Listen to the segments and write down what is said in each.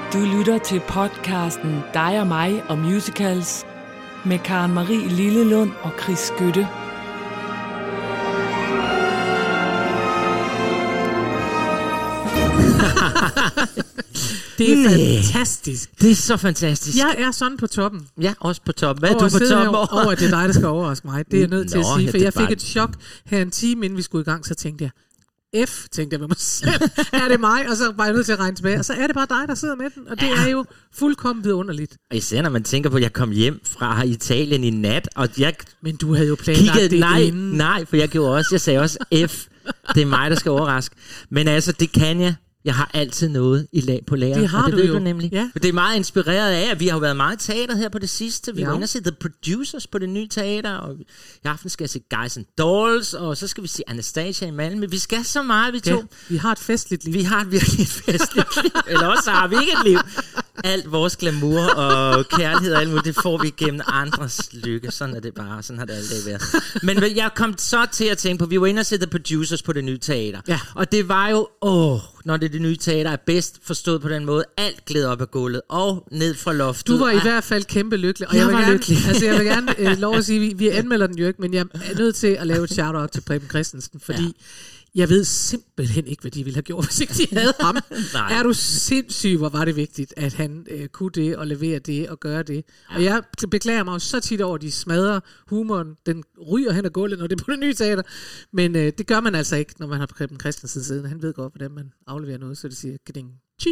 Du lytter til podcasten Dig og mig og musicals med Karen Marie Lillelund og Chris Skytte. Det er fantastisk. Det er så fantastisk. Jeg er sådan på toppen. Ja, også på toppen. Hvad er du på toppen over? At det er dig, der skal overraske mig. Det er jeg nødt til at sige, for jeg fik bare et chok her en time, inden vi skulle i gang, så tænkte jeg, tænkte jeg ved mig selv, er det mig? Og så var jeg nødt til at regne tilbage. Og så er det bare dig, der sidder med den. Og det er jo fuldkommen vidunderligt. Og især når man tænker på, at jeg kom hjem fra Italien i nat, og jeg... Men du havde jo planlagt det inden. Nej, for jeg gjorde også. Jeg sagde også F. Det er mig, der skal overraske. Men altså, det kan jeg. Jeg har altid noget på lager. Det har og det du ved jo. Du nemlig. Ja. Det er meget inspireret af, at vi har været meget teater her på det sidste. Vi ja. var inde og se The Producers på det nye teater, og i aften skal jeg se Guys and Dolls, og så skal vi se Anastasia i Malmø. Vi skal så meget, vi to. Vi har et festligt liv. Vi har et virkelig et festligt liv. Eller også har vi ikke et liv. Alt vores glamour og kærlighed og alt muligt, det får vi gennem andres lykke. Sådan er det bare. Sådan har det altid været. Men jeg kom så til at tænke på, vi var inde og se The Producers på det nye teater. Ja. Og det var jo, når det nye teater er bedst forstået på den måde, alt glæder op ad gulvet og ned fra loftet. Du var i hvert fald kæmpe lykkelig. Og jeg vil var gerne, lykkelig. Altså jeg vil gerne lov at sige, vi anmelder den jo ikke, men jeg er nødt til at lave et shout-out til Preben Christensen, fordi jeg ved simpelthen ikke, hvad de ville have gjort, hvis ikke de havde ham. Er du sindssyg, hvor var det vigtigt, at han kunne det og levere det og gøre det. Ja. Og jeg beklager mig jo så tit over, at de smadrer humoren. Den ryger hen ad gulvet, når det er på det nye teater. Men det gør man altså ikke, når man har Preben Christensen siden. Han ved godt, hvordan man afleverer noget, så det siger geding.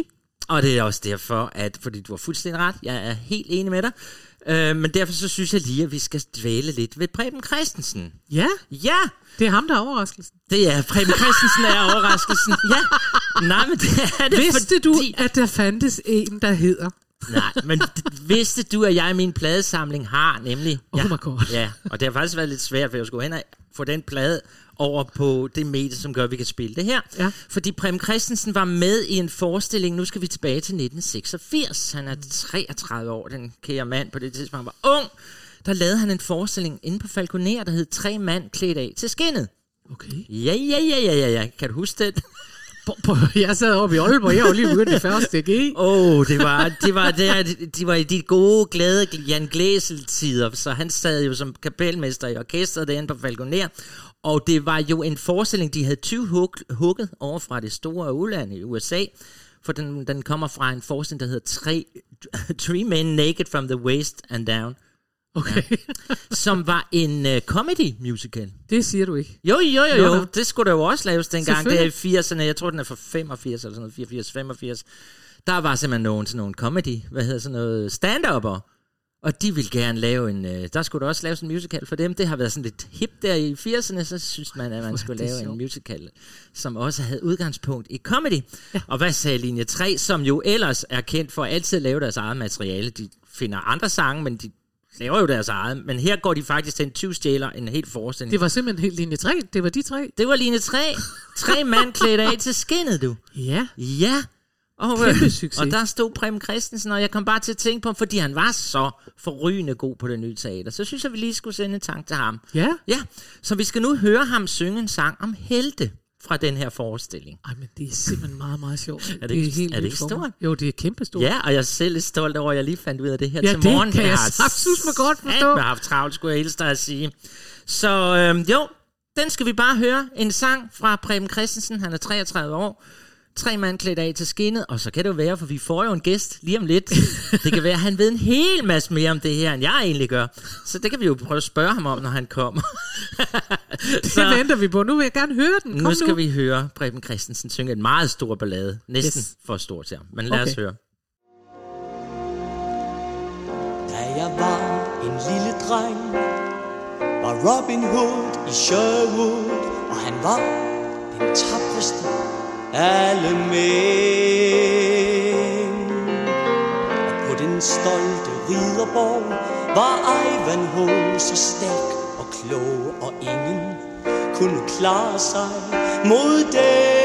Og det er også derfor, fordi du har fuldstændig ret, jeg er helt enig med dig, men derfor så synes jeg lige, at vi skal dvæle lidt ved Preben Christensen. Ja? Ja! Det er ham, der er overraskelsen. Det er Preben Christensen, der er overraskelsen. Ja. Nej, men det er det. Vidste du, at der fandtes en, der hedder? Nej, men vidste du, at jeg i min pladesamling har nemlig... Oh my god. Ja, og det har faktisk været lidt svært, for jeg skulle hen og få den plade over på det medie, som gør, at vi kan spille det her. Ja. Fordi Preben Christensen var med i en forestilling, nu skal vi tilbage til 1986. Han er 33 år, den kære mand på det tidspunkt. Han var ung. Der lavede han en forestilling inde på Falconer, der hed 3 mand klædt af til skinnet. Okay. Ja. Kan du huske det? Jeg sad oppe i Aalborg, jeg var lige begyndt i første G. De var i de gode, glade Jan Glæsel-tider, så han sad jo som kapelmester i orkestret derinde på Falconer. Og det var jo en forestilling, de havde 20 hugget over fra det store udland i USA, for den kommer fra en forestilling, der hedder Three Men Naked from the Waist and Down. Okay. Ja. Som var en comedy musical. Det siger du ikke. Jo. Det skulle der jo også laves dengang. Det er i 80'erne. Jeg tror, den er fra 85 eller sådan noget. 84, 85. Der var simpelthen nogle comedy, stand-upper. Og de ville gerne lave der skulle der også laves en musical for dem. Det har været sådan lidt hip der i 80'erne, så synes man, at man skulle lave en musical, som også havde udgangspunkt i comedy. Ja. Og hvad sagde Linje 3, som jo ellers er kendt for at altid lave deres eget materiale. De finder andre sange, men de laver jo deres eget. Men her går de faktisk til en 20-stjæler en helt forestilling. Det var simpelthen helt Linje 3. Det var de 3. Det var Linje 3. 3 mand klædt af til skinnet, du. Ja. Ja. Kæmpe succes. Og der stod Preben Christensen, og jeg kom bare til at tænke på ham, fordi han var så forrygende god på det nye teater. Så synes jeg, vi lige skulle sende en tanke til ham. Ja. Ja, så vi skal nu høre ham synge en sang om helte fra den her forestilling. Ej, men det er simpelthen meget, meget sjovt. Er det ikke stort? Jo, det er kæmpe stort. Ja, og jeg er selv lidt stolt over, at jeg lige fandt ud af det her til morgen. Ja, det kan jeg sagtens mig godt forstå. Jeg har haft travlt, skulle jeg hilse dig at sige. Så jo, den skal vi bare høre. En sang fra Preben Christensen, han er 33 år. 3 mand klædt af til skinnet, og så kan det jo være, for vi får jo en gæst lige om lidt. Det kan være, at han ved en hel masse mere om det her, end jeg egentlig gør. Så det kan vi jo prøve at spørge ham om, når han kommer. Det venter vi på. Nu vil jeg gerne høre den. Nu skal vi høre Preben Christensen synge en meget stor ballade. Næsten for stor til ham. Men lad os høre. Da jeg var en lille dreng, var Robin Hood i Sherwood, og han var den tapreste alle mænd. Og på den stolte ridderborg var Ivanhoe så stærk og klog, og ingen kunne klare sig mod dem.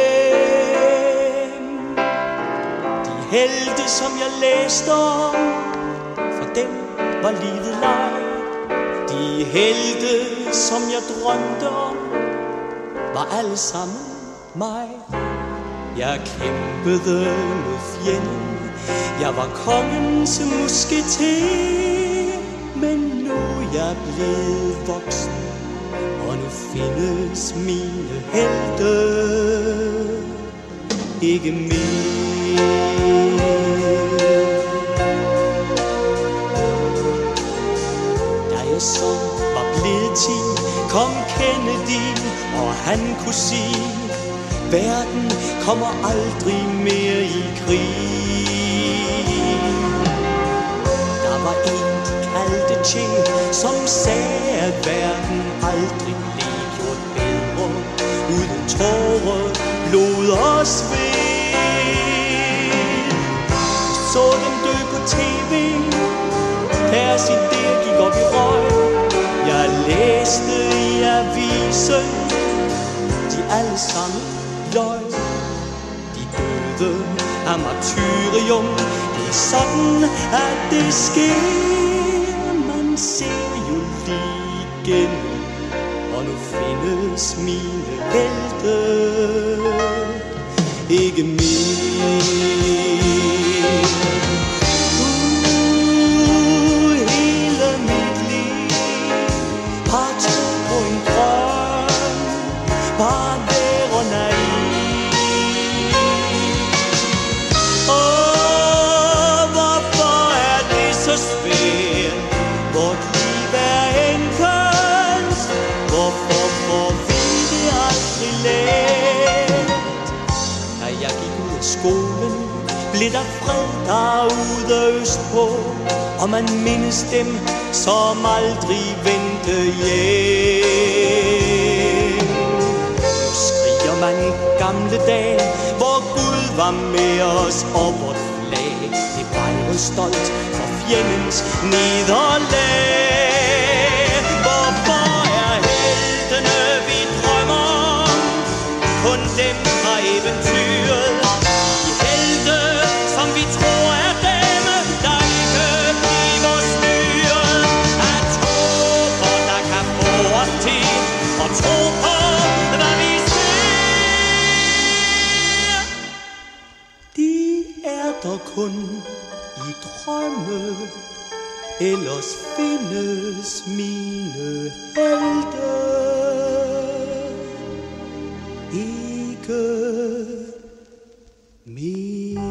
De helte, som jeg læste om, for dem var livet leg. De helte, som jeg drømte om, var alle sammen mig. Jeg kæmpede mod fjenden. Jeg var kongens musketer. Men nu er jeg blevet voksen, og nu findes mine helte ikke mere. Da jeg så var blevet 10, kom Kennedy, og han kunne sige, verden kommer aldrig mere i krig. Der var en, de kaldte Che, som sagde, at verden aldrig blev gjort bedre, uden tårer, blod og sved. Så dem dø på tv, deres idéer gik op i røg. Jeg læste i avisen, de alle sammen løg. De døde af martyrium, det er sådan, at det sker. Man ser jo lige igen, og nu findes mine helte ikke mere. Hele mit liv har tro på en drøm, bare være naiv. Hvorfor er det så svært? Vort liv er en kunst. Hvorfor får vi det aldrig lært? Da jeg gik ud af skolen, blev der fred derude østpå, og man mindes dem, som aldrig vendte hjem. Nu skriger man gamle dage, hvor Gud var med os, og vort flag, det bejrede stolt for fjendens nederlag. Hvorfor er heltene, vi drømmer om, kun dem fra eventyret? De helte, som vi tror er dem, der ikke bliver styret af tåber, der kan få os til at tro på, hvad vi ser. De er der kun i drømme, ellers findes mine helte ikke mere.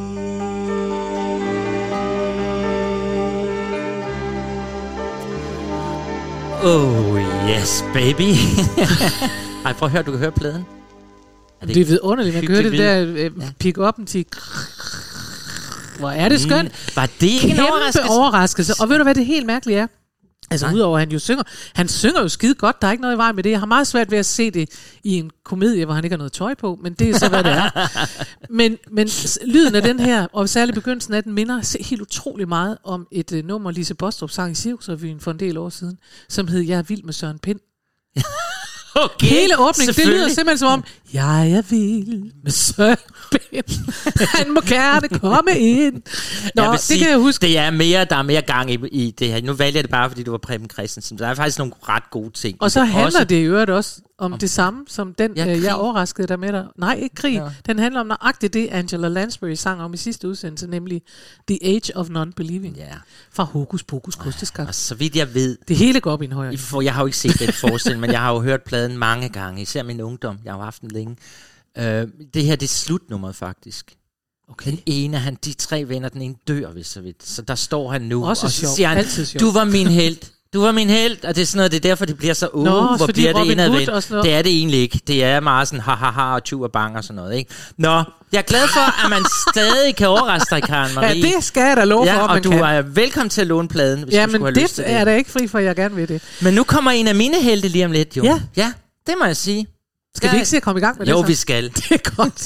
Oh yes, baby. Ej, prøv at høre, du kan høre pladen. Det er vidunderligt, man kan høre det der pick-up'en til. Hvor er det skønt. Var det ikke en overraskelse? Og ved du hvad det helt mærkelige er? Altså udover at han jo synger. Han synger jo skide godt, der er ikke noget i vej med det. Jeg har meget svært ved at se det i en komedie, hvor han ikke har noget tøj på, men det er så, hvad det er. Men lyden af den her, og særligt begyndelsen af den, minder helt utrolig meget om et nummer, Lise Bostrup sang i Cirkusrevyen for en del år siden, som hed Jeg er vild med Søren Pind. Okay, hele åbningen, det lyder simpelthen som om, jeg er vild med Søren Pind. Han må gerne komme ind. Nå, det sige, kan jeg huske. Der er mere gang i det her. Nu vælger jeg det bare, fordi du var Preben Christensen. Der er faktisk nogle ret gode ting. Og så handler det i øvrigt også om det samme, som den, jeg overraskede dig med dig. Nej, ikke krig. Ja. Den handler om nøjagtigt det, Angela Lansbury sang om i sidste udsendelse, nemlig The Age of Non-Believing. Ja. Fra Hokus Pokus Kosteskab. Og så vidt jeg ved... Det hele går op i en højere. Jeg har jo ikke set den forestilling, men jeg har jo hørt pladen mange gange, især min ungdom. Jeg har jo haft den længe. Det her, det er slutnummeret faktisk. Okay. Den ene, de 3 venner, den ene dør, hvis så vidt. Så der står han nu, også og så sjov. siger han, du var min helt. Du var min helt, og det er sådan noget, det er derfor, det bliver så hvor bliver det indadvendt. Det er det egentlig ikke. Det er meget sådan ha og tju og bang og sådan noget, ikke? Nå, jeg er glad for, at man stadig kan overraske dig, Karen Marie. Ja, det skal jeg da love for, og man du kan. Er velkommen til at låne pladen, hvis du skulle have lyst til det. Ja, men det er da ikke fri for, at jeg gerne vil det. Men nu kommer en af mine helte lige om lidt, jo. Ja, det må jeg sige. Skal vi ikke se at komme i gang med det? Jo, vi skal. Det er godt.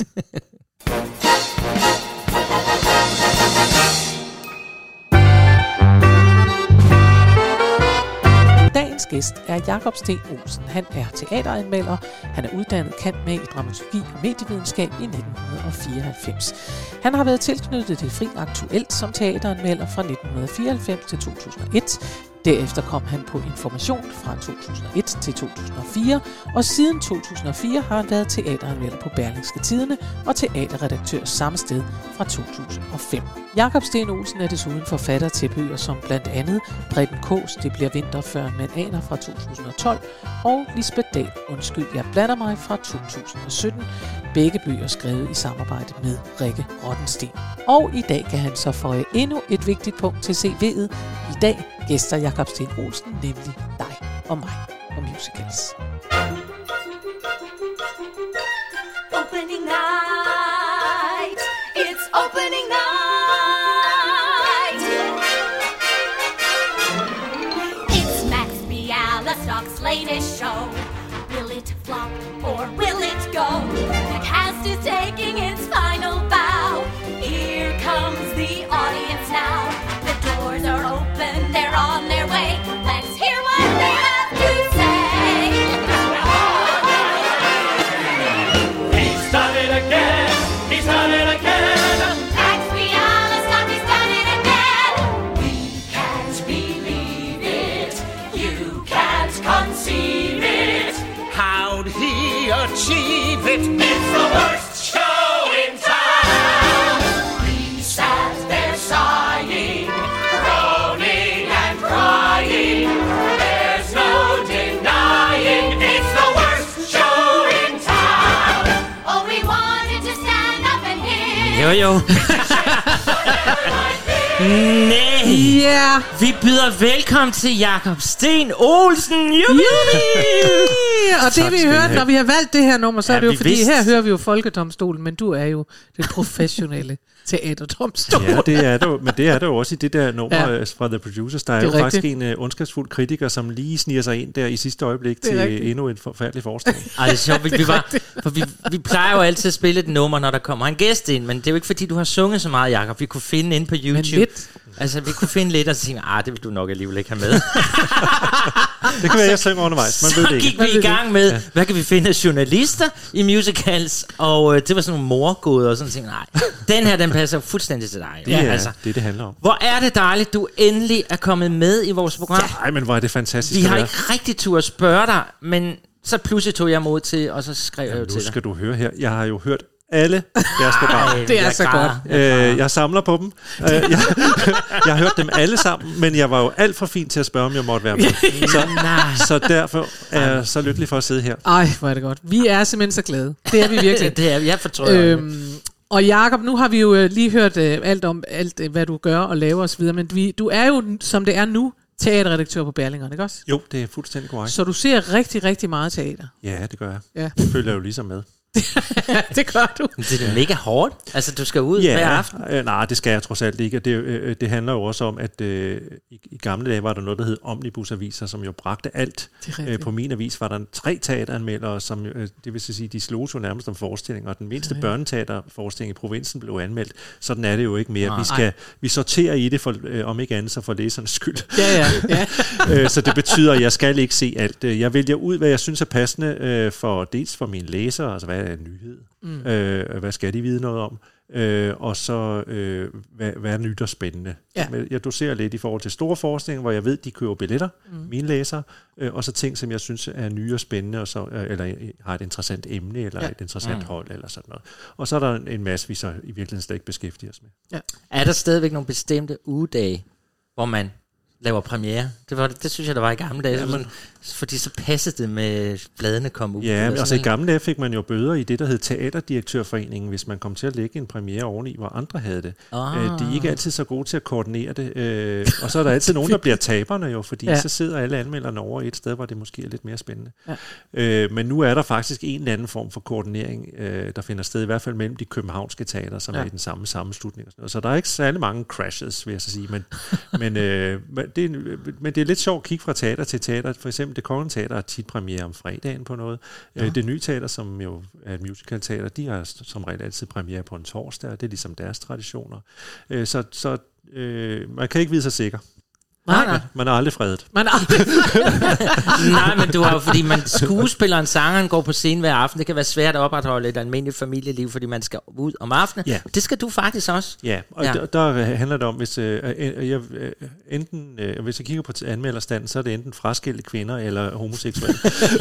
Dagens gæst er Jakob Sten Olsen. Han er teateranmelder. Han er uddannet cand.mag i dramaturgi og medievidenskab i 1994. Han har været tilknyttet til Fri Aktuelt som teateranmelder fra 1994 til 2001. Derefter kom han på Information fra 2001 til 2004, og siden 2004 har han været teateranmelder på Berlingske Tidende og teaterredaktør samme sted fra 2005. Jakob Sten Olsen er desuden forfatter til bøger som blandt andet Preben Kaas, Det bliver vinter før man aner fra 2012, og Lisbeth Dahl, Undskyld, jeg blander mig fra 2017. Begge bøger skrevet i samarbejde med Rikke Rottensten. Og i dag kan han så føje endnu et vigtigt punkt til CV'et. I dag gæster Jakob Sten Olsen, nemlig dig og mig og musicals. Opening night, it's opening night. It's Max Bialystok's latest show. Will it flop or will it go? The cast is taking its final bow. Here comes the audience now. The doors are open, they're on their way. Let's hear what they have to say. He's done it again, he's done it again. Max Bialystok, he's done it again. We can't believe it, you can't conceive it. How'd he achieve it? It's the worst show in town. We sat there sighing, groaning and crying. There's no denying it's the worst show in town. Oh, we wanted to stand up and hear. Jo. Nej. Ja! Vi byder velkommen til Jakob Sten Olsen. Og det vi hørte, når vi har valgt det her nummer, så er det jo fordi, her hører vi jo Folkedomstolen, men du er jo den professionelle teaterdomstol. Ja, det er der, men det er der jo også i det der nummer fra The Producers. Der er jo rigtigt. faktisk en ondskabsfuld kritiker, som lige sniger sig ind der i sidste øjeblik til rigtigt. endnu en forfærdelig forestilling. Ej, det er sjovt. Vi plejer jo altid at spille et nummer, når der kommer en gæst ind, men det er jo ikke fordi, du har sunget så meget, Jakob. Vi kunne finde inde på YouTube. Men lidt. Altså, vi kunne finde lidt og sige, det vil du nok alligevel ikke have med. Det kan være, jeg synger undervejs. Man ved det Så ikke. gik vi i gang med, hvad kan vi finde af journalister i musicals, og det var sådan nogle morgåder og sådan ting. Nej, den her, den passer fuldstændig til dig. Det er altså. det handler om. Hvor er det dejligt, du endelig er kommet med i vores program. Ej, men hvor er det fantastisk. Vi har ikke rigtig tur at spørge dig, men så pludselig tog jeg mod til, og så skrev jeg jo til Nu dig. skal du høre her. Jeg har jo hørt alle deres programmer. Det er så godt. Jeg samler på dem. Jeg har hørt dem alle sammen, men jeg var jo alt for fin til at spørge, om jeg måtte være med. Så derfor er jeg så lykkelig for at sidde her. Ej, hvor er det godt. Vi er simpelthen så glade. Det er vi virkelig. Det er jeg fortrøjer. Og Jakob, nu har vi jo lige hørt alt om alt, hvad du gør og laver osv., men du er jo, som det er nu, teaterredaktør på Berlingeren, ikke også? Jo, det er fuldstændig korrekt. Så du ser rigtig, rigtig meget teater. Ja, det gør jeg. Ja. Det følger jeg jo ligesom med. Det gør du. Det er mega hårdt. Altså, du skal ud hver aften. Nej, det skal jeg trods alt ikke. Det handler jo også om, at i gamle dage var der noget, der hed omnibusaviser, som jo bragte alt. På min avis var der 3 teateranmeldere, som det vil sige, de slog jo nærmest om forestillinger, og den mindste børneteaterforestilling i provinsen blev anmeldt. Sådan er det jo ikke mere. Vi sorterer i det, om ikke andet, så for læsernes skyld. Ja. Så det betyder, at jeg skal ikke se alt. Jeg vælger ud, hvad jeg synes er passende dels for mine læsere, altså hvad er en nyhed, hvad skal de vide noget om, og så hvad er nyt og spændende. Ja. Jeg doserer lidt i forhold til store forestillinger, hvor jeg ved, de køber billetter, mine læsere, og så ting, som jeg synes er nye og spændende, og så, eller har et interessant emne, eller et interessant hold, eller sådan noget. Og så er der en masse, vi så i virkeligheden slet ikke beskæftiger os med. Ja. Er der stadigvæk nogle bestemte ugedage, hvor man laver premiere? Det synes jeg, der var i gamle dage. Jamen, fordi så passede det med bladene kom ud. Ja, men altså i gamle dage fik man jo bøder i det, der hed Teaterdirektørforeningen, hvis man kom til at lægge en premiere oveni, hvor andre havde det. De er ikke altid så gode til at koordinere det. Og så er der altid nogen, der bliver taberne jo, fordi så sidder alle anmelderne over et sted, hvor det måske er lidt mere spændende. Ja. Men nu er der faktisk en eller anden form for koordinering, der finder sted, i hvert fald mellem de københavnske teater, som er i den samme sammenslutning. Og sådan noget. Så der er ikke særlig mange crashes, vil jeg så sige. Men det er lidt sjovt at kigge fra teater til teater. For eksempel Det Kongelige Teater har tit premiere om fredagen på noget. Det Nye Teater, som jo er et musicalteater, de har som regel altid premiere på en torsdag, og det er ligesom deres traditioner. Så man kan ikke vide sig sikker. Man er aldrig fredet. Nej, men du har jo, fordi skuespilleren, sangeren går på scenen hver aften. Det kan være svært at opretholde et almindeligt familieliv, fordi man skal ud om aftenen. Ja. Det skal du faktisk også. Ja, og der handler det om, hvis hvis jeg kigger på anmelderstanden, så er det enten fraskilte kvinder eller homoseksuelle.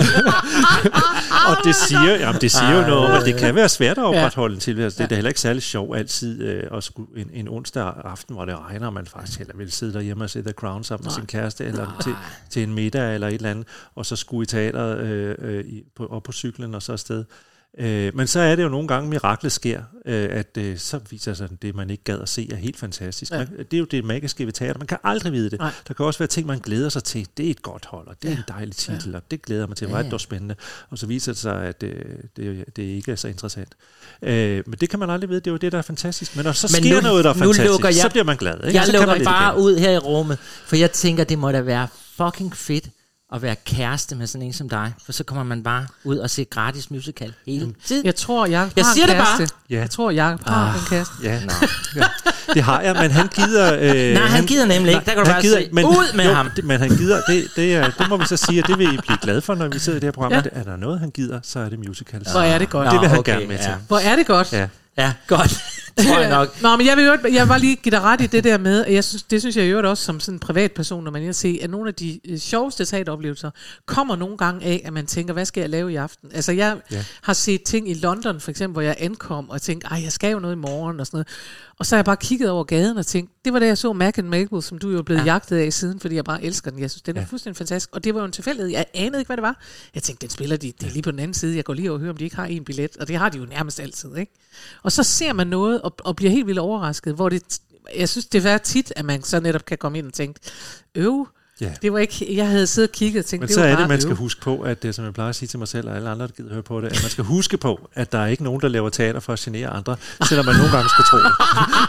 Og det siger jo noget om, at det kan være svært at opretholde en tilværelse. Det er da heller ikke særlig sjovt altid at skulle en onsdag aften, hvor det regner, og man faktisk heller vil sidde derhjemme og se The Crown sammen med sin kæreste, eller til en middag eller et eller andet, og så skulle i teateret op på cyklen og så afsted. Men så er det jo nogle gange, miraklet sker, at så viser sig, at det, man ikke gad at se, er helt fantastisk. Ja. Det er jo det magiske ved teater. Man kan aldrig vide det. Nej. Der kan også være ting, man glæder sig til. Det er et godt hold, og det er en dejlig titel, og det glæder mig til. Hvor er det dog spændende. Og så viser det sig, at det ikke er så interessant. Men det kan man aldrig vide. Det er jo det, der er fantastisk. Men når så sker noget, der er fantastisk, så bliver man glad. Ikke? Jeg lukker bare ud her i rummet, for jeg tænker, det må da være fucking fedt at være kæreste med sådan en som dig, for så kommer man bare ud og ser gratis musical hele tiden. Jeg tror, jeg har en kæreste. Jeg tror, jeg har en kæreste. Ja, det har jeg, men han gider... nej, han gider nemlig ikke. Der kan du bare se ud med ham. Men han gider, det må vi så sige, at det vil I blive glade for, når vi sidder i det her program. Ja. Er der noget, han gider, så er det musicals. Hvor er det godt. Det vil han gerne med til. Hvor er det godt. Ja, godt. Tror jeg nok. Nå, men jeg vil bare lige give dig ret i det der med, at det synes jeg jo også som sådan en privatperson, når man kan se, at nogle af de sjoveste teateroplevelser kommer nogle gange af, at man tænker, hvad skal jeg lave i aften? Altså jeg har set ting i London for eksempel, hvor jeg ankom og tænkte, jeg skal jo noget i morgen og sådan noget. Og så har jeg bare kigget over gaden og tænkt, det var da jeg så Mac and Mabel, som du jo er blevet jagtet af siden, fordi jeg bare elsker den. Jeg synes, den er fuldstændig fantastisk. Og det var jo en tilfældighed. Jeg anede ikke, hvad det var. Jeg tænkte, den spiller de lige på den anden side. Jeg går lige over og hører, om de ikke har en billet. Og det har de jo nærmest altid, ikke? Og så ser man noget og bliver helt vildt overrasket, hvor jeg synes, det er tit, at man så netop kan komme ind og tænke, det var ikke, jeg havde siddet og kigget og tænkt, men så er det, man skal huske på, at det, som jeg plejer at sige til mig selv, og alle andre, der gider høre på det, at man skal huske på, at der er ikke nogen, der laver teater for at genere andre, selvom man nogle gange skal tro det.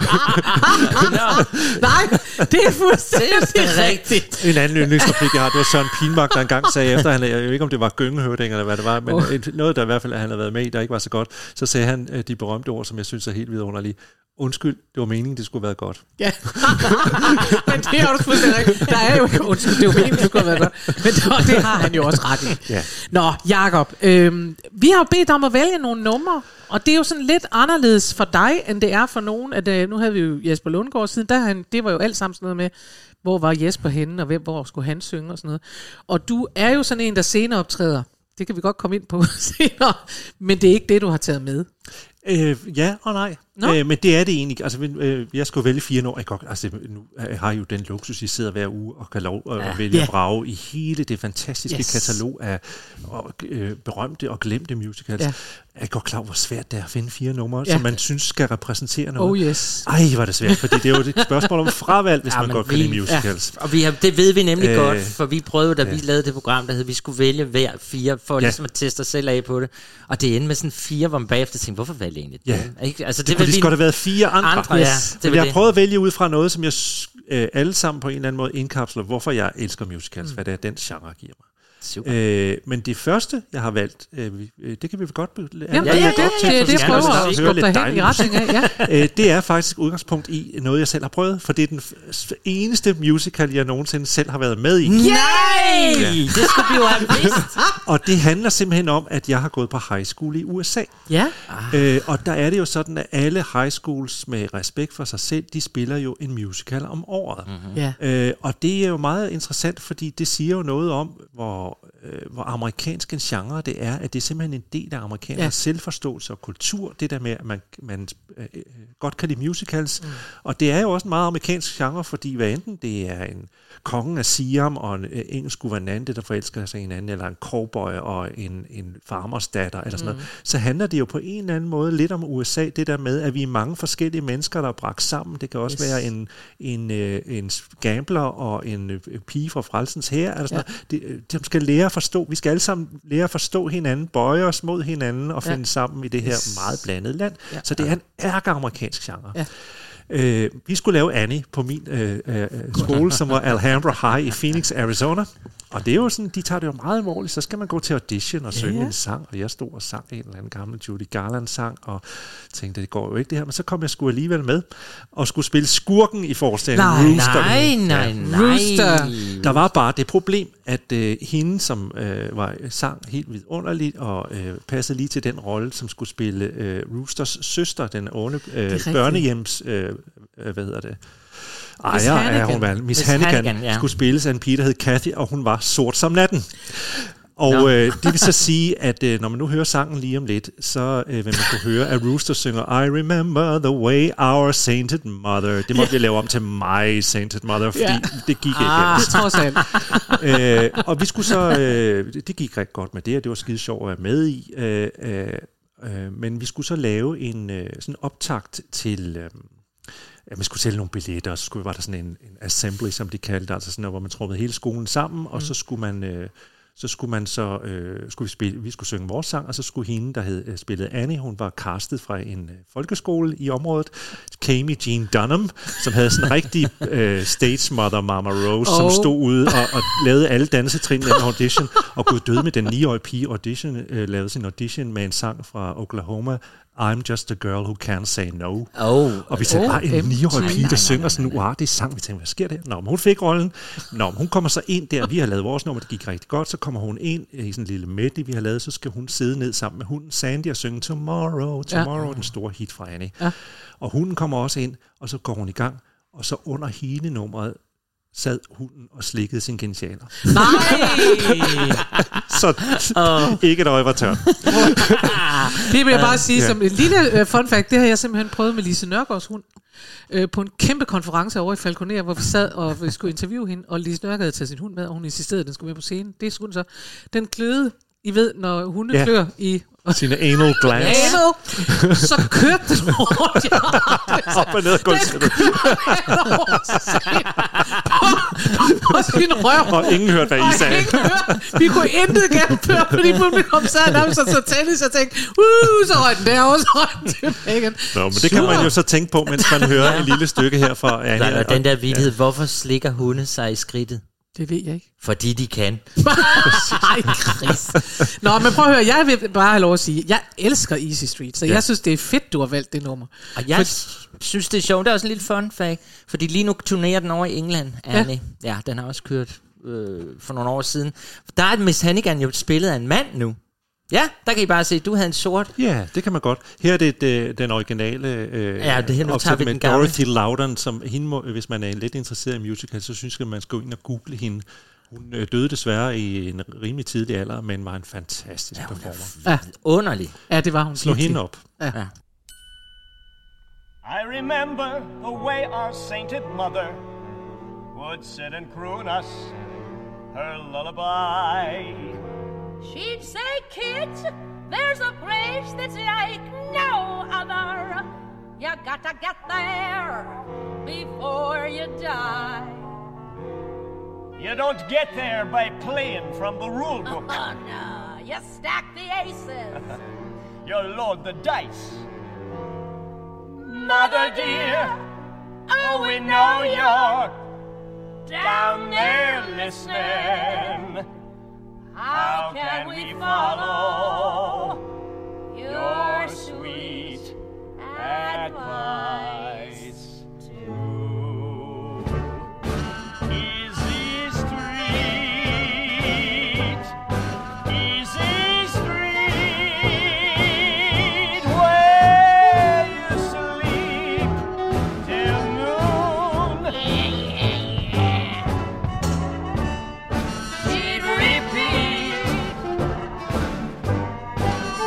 Nej, det er fuldstændig rigtigt. En anden yndlingsreplik, jeg har, det var Søren Pinmark, der engang sagde efter, jeg ved ikke, om det var Gyngehøvding eller hvad det var, men noget, der i hvert fald, han havde været med i, der ikke var så godt, så sagde han de berømte ord, som jeg synes er helt vidunderlige. Undskyld, det var meningen, det skulle have været godt. Ja, men det er jo fuldstændig rigtigt. Der er jo ikke undskyld, det var meningen, det skulle have været godt. Men det har han jo også ret i. Ja. Nå, Jakob, vi har jo bedt om at vælge nogle numre, og det er jo sådan lidt anderledes for dig, end det er for nogen. At, nu havde vi jo Jesper Lundgaard siden, det var jo alt sammen sådan noget med, hvor var Jesper henne, og hvor skulle han synge og sådan noget. Og du er jo sådan en, der senere optræder. Det kan vi godt komme ind på senere, men det er ikke det, du har taget med. Ja og nej. Men det er det egentlig. Altså, jeg skulle vælge 4 numre. Altså, nu har jeg jo den luksus, I sidder hver uge og kan lov at vælge at brage i hele det fantastiske katalog af berømte og glemte musicals. Ja. Jeg går klar, hvor svært det er at finde 4 numre, som man synes skal repræsentere noget. Ej, var det svært, fordi det er jo et spørgsmål om fravalg, hvis man godt kan lide musicals. Og det ved vi nemlig godt, for vi prøvede, da vi lavede det program, der hed, vi skulle vælge hver 4, for ligesom at teste os selv af på det. Og det endte med sådan 4, hvor man bagefter tænkte, hvorfor valgte jeg egentlig det? Altså, det ville godt have været 4 andre. Men jeg har prøvet at vælge ud fra noget, som jeg alle sammen på en eller anden måde indkapsler, hvorfor jeg elsker musicals, hvad det er, den genre giver mig. Men det første, jeg har valgt, det kan vi godt lære. Det prøver vi det er faktisk udgangspunkt i noget, jeg selv har prøvet, for det er den eneste musical, jeg nogensinde selv har været med i. Nej! Det skulle vi jo have vidst. Og det handler simpelthen om, at jeg har gået på high school i USA. Ja. Og der er det jo sådan, at alle high schools med respekt for sig selv, de spiller jo en musical om året. Og det er jo meget interessant, fordi det siger jo noget om, hvor amerikansk en genre det er, at det er simpelthen en del af amerikanernes selvforståelse og kultur, det der med, at man godt kan lide musicals. Og det er jo også en meget amerikansk genre, fordi hvad enten det er en kongen af Siam og en engelsk guvernante, der forelsker sig i hinanden, eller en cowboy og en farmers datter, eller sådan noget, så handler det jo på en eller anden måde lidt om USA, det der med, at vi er mange forskellige mennesker, der er bragt sammen. Det kan også være en gambler og en pige fra Frelsens Hær, eller sådan noget. De skal lære at forstå, vi skal alle sammen lære at forstå hinanden, bøje os mod hinanden og finde sammen i det her meget blandede land. Så det er en ærkeamerikansk genre. Vi skulle lave Annie på min skole, som var Alhambra High i Phoenix, Arizona. Og det er jo sådan, de tager det jo meget alvorligt. Så skal man gå til audition og synge en sang. Og jeg stod og sang en eller anden gammel Judy Garland-sang, og tænkte, det går jo ikke det her. Men så kom jeg sgu alligevel med, og skulle spille skurken i forestillingen. Nej. Rooster. Der var bare det problem, at hende, som var sang helt vidunderligt, og passede lige til den rolle, som skulle spille Roosters søster, den onde børnehjems... hvad hedder det? Miss Hannigan skulle spilles af en pige, der hed Kathy, og hun var sort som natten. Og det vil så sige, at når man nu hører sangen lige om lidt, så vil man kunne høre, at Rooster synger I remember the way our sainted mother. Det må vi lave om til my sainted mother, fordi det gik ikke. Og vi skulle så... det gik rigtig godt med det, og det var skide sjovt at være med i. Men vi skulle så lave en sådan optakt til... man skulle sælge nogle billetter, og så var der sådan en assembly, som de kaldte, altså sådan noget, hvor man trummede hele skolen sammen, og så skulle vi skulle synge vores sang, og så skulle hende, der hed spillet Annie, hun var castet fra en folkeskole i området, Kami Jean Dunham, som havde sådan en rigtig stage mother Mama Rose, som stod ude og lavede alle dansetrin i en audition, og gud døde med den 9-årige pige lavede sin audition med en sang fra Oklahoma, I'm just a girl who can't say no. Og vi sagde, en 9-årig pige, der synger sådan en uartig sang. Vi tænkte, hvad sker der? Nå, men hun fik rollen. Nå, men hun kommer så ind der. Vi har lavet vores nummer, det gik rigtig godt. Så kommer hun ind i sådan en lille medley, vi har lavet. Så skal hun sidde ned sammen med hunden Sandy og synge Tomorrow, den store hit fra Annie. Ja. Og hunden kommer også ind, og så går hun i gang. Og så under hele nummeret sad hunden og slikkede sine genitaler. Nej! Så ikke et øje var tørt. Det vil jeg bare sige som en lille fun fact. Det har jeg simpelthen prøvet med Lise Nørgaards hund på en kæmpe konference over i Falconer, hvor vi sad og vi skulle interviewe hende, og Lise Nørgaard havde taget sin hund med, og hun insisterede, at den skulle med på scenen. Det skulle den så. Den glødede, I ved, når hunde klør i... sine anal glands. Så kørte den rundt. Op og ned og gulvsættet. På sin røv. Og ingen hørte, hvad I sagde. Vi kunne intet gennemføre, fordi publikum sad nærmest så tændte, så tænkte, så røg den derovre, så røg den tilbage igen. Nå, men det kan man jo så tænke på, mens man hører et lille stykke her fra Annie. Og den der vildhed, hvorfor slikker hunde sig i skridtet? Det ved jeg ikke. Fordi de kan. Ej, Chris. Nå, men prøv at høre, jeg vil bare have lov at sige, jeg elsker Easy Street, så jeg synes, det er fedt, du har valgt det nummer. Og jeg synes, det er sjovt. Det er også en lille fun fact, fordi lige nu turnerer den over i England, Annie. Ja, den har også kørt for nogle år siden. Der er Miss Hannigan jo spillet af en mand nu. Ja, der kan I bare se, du havde en sort. Ja, det kan man godt. Her er det den originale det her, nu tager vi med den gamle. Dorothy Loudon, som hende må, hvis man er lidt interesseret i musical, så synes jeg, man skal gå ind og google hende. Hun døde desværre i en rimelig tidlig alder, men var en fantastisk performer. Ja, underlig. Ja, det var hun. Slå hende op. Ja. I remember the way our sainted mother would sit and croon us her lullaby. She'd say, kids, there's a place that's like no other. You gotta get there before you die. You don't get there by playing from the rule book. Oh, no, you stack the aces. You load the dice. Mother dear, oh, we know you're down there listening. How can we follow your sweet advice to Easy Street, Easy Street, where you sleep till noon. She'd repeat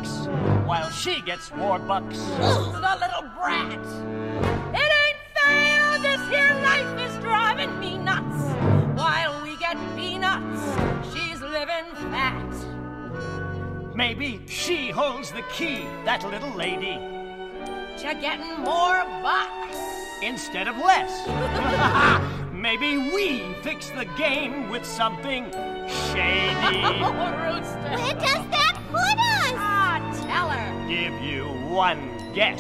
bucks, while she gets $4. The little brat. It ain't fair, this here life is driving me nuts. While we get peanuts, she's living fat. Maybe she holds the key, that little lady, To getting more bucks. instead of less. Maybe we fix the game with something shady. Rooster. Where does that put us? Ah, tell her. Give you one guess.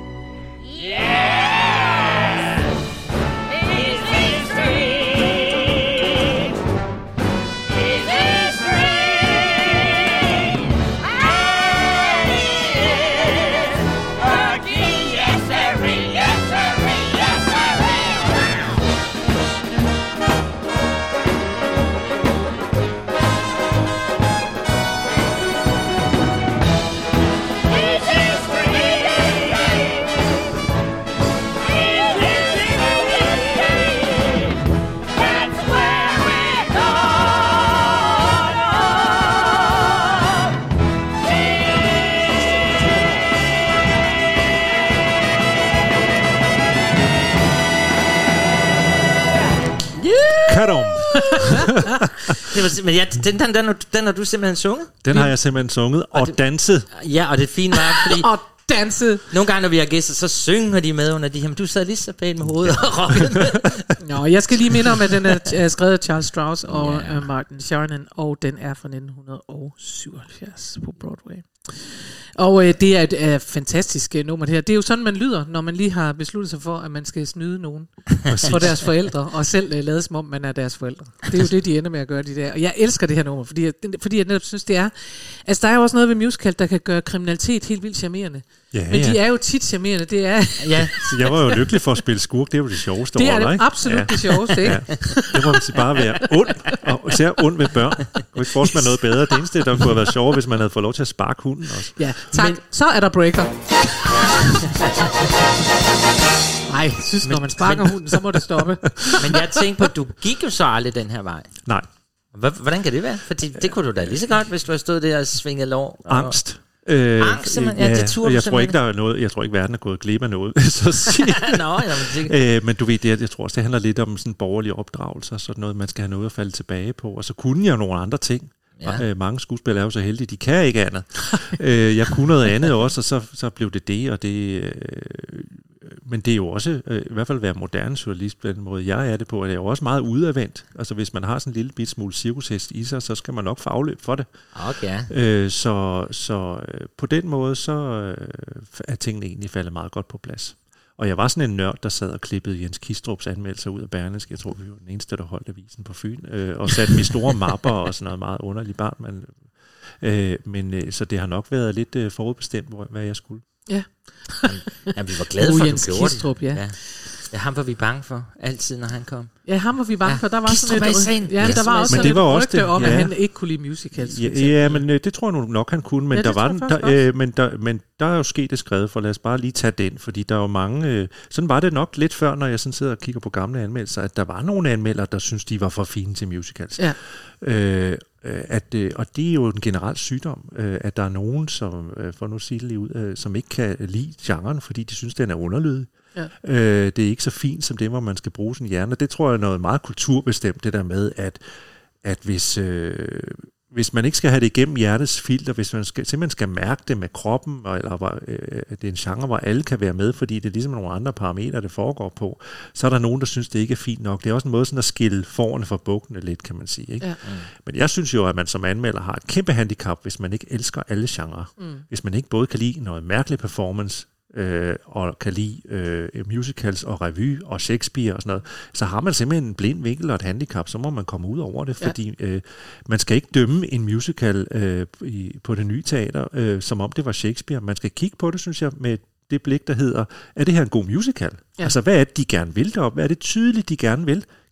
Yes! Easy Street! Easy Street! And it is working, yes sirree, yes sirree, yes sirree! Easy Street! That's where we're Kadum. Men den har du simpelthen sunget? Den har jeg simpelthen sunget og danset. Ja, og det fine var, fordi Og danset. nogle gange, når vi har gæster, så synger de med under de her, men du sad lige så pænt med hovedet og rockede med. Nå, jeg skal lige minde om, at den er skrevet af Charles Strauss og Martin Sheridan, og den er fra 1977 på Broadway. Og det er et fantastisk nummer det her. Det er jo sådan, man lyder, når man lige har besluttet sig for, at man skal snyde nogen for deres forældre, og selv lade som om, man er deres forældre. Det er jo det, de ender med at gøre, de der. Og jeg elsker det her nummer, fordi jeg netop synes, det er... Altså, der er jo også noget ved musical, der kan gøre kriminalitet helt vildt charmerende. Ja, Men de er jo tit charmerende, det er... Ja, Så jeg var jo lykkelig for at spille skurk. Det er jo det sjoveste Det over er dig, det ikke? absolut det sjoveste, ikke? Ja. Det må man bare være ond, og især ond ved børn. Jeg kunne ikke forestille mig noget bedre. Det eneste, der kunne have været sjovere, hvis man havde fået lov til at sparke hunden også. Ja, tak. Men, så er der breaker. Nej, synes, når man sparker hunden, så må det stoppe. men jeg tænkte på, du gik jo så aldrig den her vej. Nej, Hvordan kan det være? Fordi det kunne du da lige så godt, hvis du havde stået der og svinget lov. angst. Angst, simpelthen? Ja, det turde du jeg tror ikke, simpelthen. der er noget. Jeg tror ikke, verden er gået glip af noget. Så at sige. Nå, jamen, Men du ved, jeg tror også, det handler lidt om sådan borgerlig opdragelse, sådan noget, man skal have noget at falde tilbage på. Og så kunne jeg nogle andre ting. Ja. Mange skuespillere er jo så heldige, de kan ikke andet. Jeg kunne noget andet også, og så blev det, og det... Men det er jo også, i hvert fald at være moderne journalist på den måde, jeg er det på, at det er jo også meget udadvendt. Altså hvis man har sådan en lille bit smule cirkushest i sig, så skal man nok få afløb for det. Okay. Så på den måde, så er tingene egentlig faldet meget godt på plads. Og jeg var sådan en nørd, der sad og klippede Jens Kistrups anmeldelser ud af Berlingske. Jeg tror, vi var den eneste, der holdt avisen på Fyn, og satte dem i store mapper og sådan noget meget underligt barn. Men så det har nok været lidt forudbestemt, hvad jeg skulle. Ja. Jamen, vi var glade for, at Jens du gjorde Kistrup, det. Ja, ham var vi bange for, altid, når han kom. Ja, ham var vi bange for. Der var Kistrup sådan scenen. ja, der var også Men sådan det var et også rygte det, om, ja. at han ikke kunne lide musicals. Ja, men det tror jeg nok, han kunne. Men, Ja, det tror jeg men der er jo sket det skrevet, for lad os bare lige tage den. Fordi der er jo mange... sådan var det nok lidt før, når jeg sådan sidder og kigger på gamle anmeldelser, at der var nogle anmeldere, der synes de var for fine til musicals. Ja. Og det er jo en generel sygdom, at der er nogen, som, for nu at sige det lige ud, som ikke kan lide genren, fordi de synes, den er underlydig. Ja. Det er ikke så fint som det, hvor man skal bruge sin hjerne. Det tror jeg er noget meget kulturbestemt, det der med, at hvis man ikke skal have det igennem hjertets filter, hvis man simpelthen skal mærke det med kroppen, eller det er en genre, hvor alle kan være med, fordi det er ligesom nogle andre parametre, det foregår på, så er der nogen, der synes, det ikke er fint nok. Det er også en måde sådan at skille forerne fra bukkene lidt, kan man sige. Ikke? Ja. Men jeg synes jo, at man som anmelder har et kæmpe handicap, hvis man ikke elsker alle genrer. Hvis man ikke både kan lide noget mærkelig performance, og kan lide musicals og revy og Shakespeare og sådan noget, så har man simpelthen en blind vinkel og et handicap, så må man komme ud over det, fordi man skal ikke dømme en musical på det nye teater, som om det var Shakespeare. Man skal kigge på det, synes jeg, med det blik, der hedder, er det her en god musical? Ja. Altså, hvad er det, de gerne vil deroppe? Hvad er det tydeligt, de gerne vil?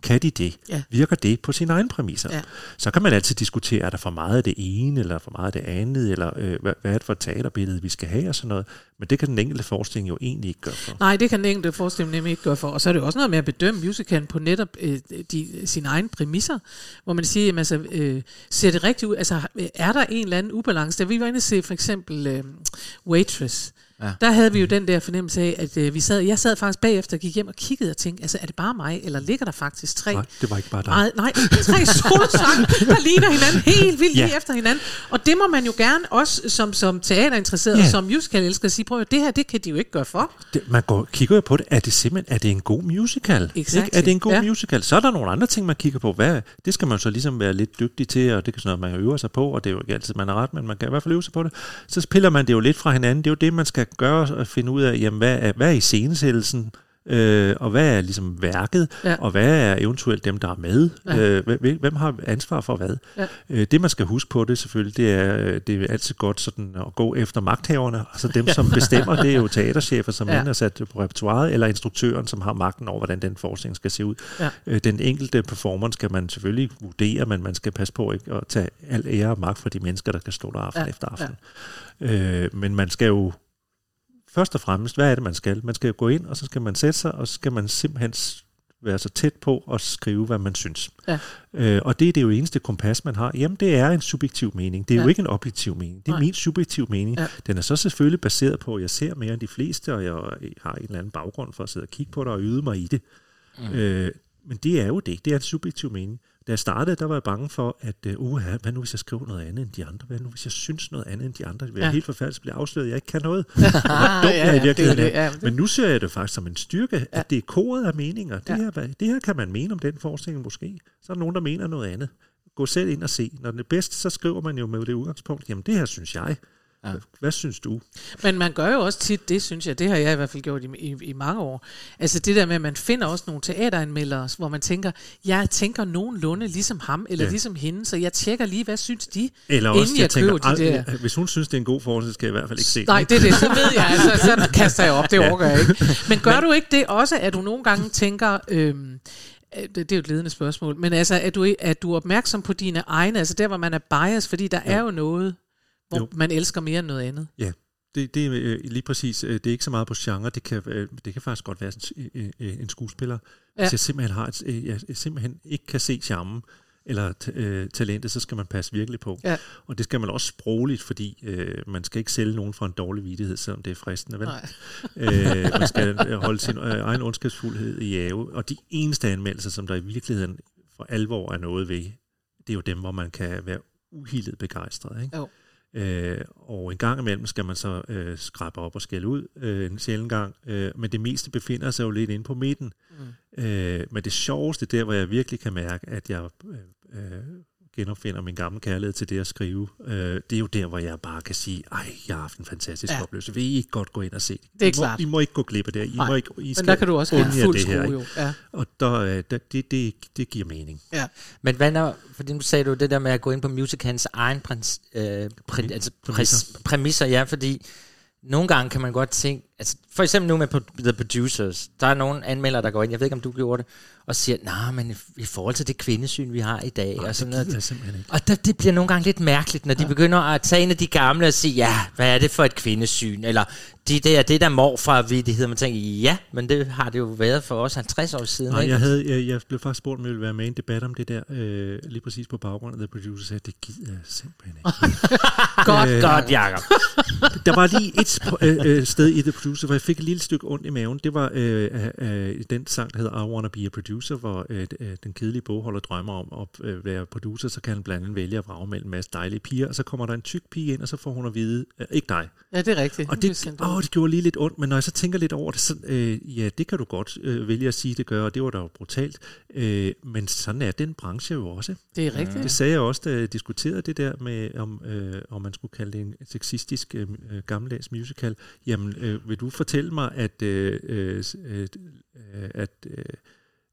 Kan de det? Ja. Virker det på sine egne præmisser? Ja. Så kan man altid diskutere, er der for meget af det ene, eller for meget af det andet, eller hvad er det for et teaterbillede, vi skal have, og sådan noget. Men det kan den enkelte forestilling jo egentlig ikke gøre for. Nej, det kan den enkelte forestilling nemlig ikke gøre for. Og så er det jo også noget med at bedømme musicalen på netop sine egne præmisser, hvor man siger, jamen, altså, ser det rigtigt ud? Altså, er der en eller anden ubalance? Da vi var inde og se for eksempel Waitress, der havde vi jo den der fornemmelse af, at jeg sad faktisk bagefter og gik hjem og kiggede og tænkte, altså er det bare mig, eller ligger der faktisk 3? Nej, det var ikke bare dig. Nej, 3 solosange, der ligner hinanden helt vildt lige efter hinanden. Og det må man jo gerne også som teaterinteresseret og som musical-elsker sige, prøv at det her, det kan de jo ikke gøre for. Man kigger jo på det, er det en god musical? Exactly. Er det en god musical? Så er der nogle andre ting, man kigger på. Det skal man så ligesom være lidt dygtig til, og det kan sådan noget, man øver sig på, og det er jo ikke altid, man er ret, men man kan i hvert fald øve sig på det. Så piller man det jo lidt fra hinanden. Det er jo det, man skal gøre og finde ud af, jamen, hvad er iscenesættelsen, og hvad er ligesom værket, og hvad er eventuelt dem, der er med. Hvem har ansvar for hvad? Det, man skal huske på det selvfølgelig, det er altid godt sådan at gå efter magthaverne, altså dem, som bestemmer, det er jo teaterchefer, som er sat på repertoiret, eller instruktøren, som har magten over, hvordan den forestilling skal se ud. Den enkelte performance skal man selvfølgelig vurdere, men man skal passe på ikke at tage al ære og magt fra de mennesker, der kan stå der aften efter aften. Men man skal jo først og fremmest, hvad er det, man skal? Man skal jo gå ind, og så skal man sætte sig, og så skal man simpelthen være så tæt på at skrive, hvad man synes. Og det er jo eneste kompas, man har. Jamen, det er en subjektiv mening. Det er jo ikke en objektiv mening. Det er min subjektiv mening. Den er så selvfølgelig baseret på, at jeg ser mere end de fleste, og jeg har en eller anden baggrund for at sidde og kigge på det og yde mig i det. Men det er jo det. Det er en subjektiv mening. Da jeg startede, der var jeg bange for, at hvad nu hvis jeg skriver noget andet end de andre? Hvad nu hvis jeg synes noget andet end de andre? Det er helt forfærdeligt, så bliver afsløret, at jeg ikke kan noget. Men nu ser jeg det faktisk som en styrke, at det er koret af meninger. Det her kan man mene om den forestilling måske. Så er der nogen, der mener noget andet. Gå selv ind og se. Når det er bedst, så skriver man jo med det udgangspunkt, jamen det her synes jeg. Hvad synes du? Men man gør jo også tit det, synes jeg. Det har jeg i hvert fald gjort i mange år. Altså det der med, at man finder også nogle teateranmeldere, hvor man tænker, jeg tænker nogenlunde ligesom ham, eller ligesom hende, så jeg tjekker lige, hvad synes de, eller også, inden jeg køber de der. Hvis hun synes, det er en god forestilling, skal jeg i hvert fald ikke se. Nej, det er det, så ved jeg, altså, så kaster jeg op, det overgår jeg ikke. Men gør du ikke det også, at du nogle gange tænker... det er jo et ledende spørgsmål, men altså, at du er opmærksom på dine egne, altså der, hvor man er bias, fordi der er jo noget, hvor man elsker mere end noget andet. Ja, det er lige præcis. Det er ikke så meget på genre. Det kan faktisk godt være en skuespiller. Hvis jeg simpelthen ikke kan se charmen eller talentet, så skal man passe virkelig på. Og det skal man også sprogligt, fordi man skal ikke sælge nogen for en dårlig vittighed, selvom det er fristende. Vel? Man skal holde sin egen ondskabsfuldhed i ave. Og de eneste anmeldelser, som der i virkeligheden for alvor er noget ved, det er jo dem, hvor man kan være uhildet begejstret. Ikke? Og en gang imellem skal man så skrabe op og skælde ud en sjælden gang, men det meste befinder sig jo lidt inde på midten. Men det sjoveste der, hvor jeg virkelig kan mærke, at jeg genopfinder min gamle kærlighed til det at skrive, det er jo der, hvor jeg bare kan sige, jeg har haft en fantastisk oplevelse. Vil I ikke godt gå ind og se det? Det er klart. I må ikke gå glip af det. Men der kan du også have fuld skrue jo. Og det giver mening. Men hvad når, fordi nu sagde du det der med at gå ind på musicalens egen præmisser, fordi nogle gange kan man godt tænke, altså for eksempel nu med The Producers, der er nogle anmeldere, der går ind, jeg ved ikke, om du gjorde det, og siger, men i forhold til det kvindesyn, vi har i dag, og sådan noget. Og det bliver nogle gange lidt mærkeligt, når de begynder at tage en af de gamle og sige, hvad er det for et kvindesyn? Eller det der morfar-vittighed, man tænker, men det har det jo været for os 50 år siden. Nej, jeg blev faktisk spurgt, om jeg ville være med i en debat om det der, lige præcis på baggrund af The Producers, sagde, det gider jeg simpelthen ikke. Godt, Jacob. Der var lige et sted i The Producer, hvor jeg fik et lille stykke ondt i maven. Det var den sang, der hedder I Wanna Be a Producer, hvor den kedelige bogholder drømmer om at være producer, så kan han blandt andet vælge at vrage mellem en masse dejlige piger, og så kommer der en tyk pige ind, og så får hun at vide, ikke dig. Ja, det er rigtigt. Og det gjorde lige lidt ondt, men når jeg så tænker lidt over det, så, det kan du godt vælge at sige, det gør, og det var da jo brutalt. Men sådan er den branche jo også. Det er rigtigt. Det sagde jeg også, da jeg diskuterede det der med, om man skulle kalde det en sexistisk gammeldags musical. Jamen, vil du fortælle mig, at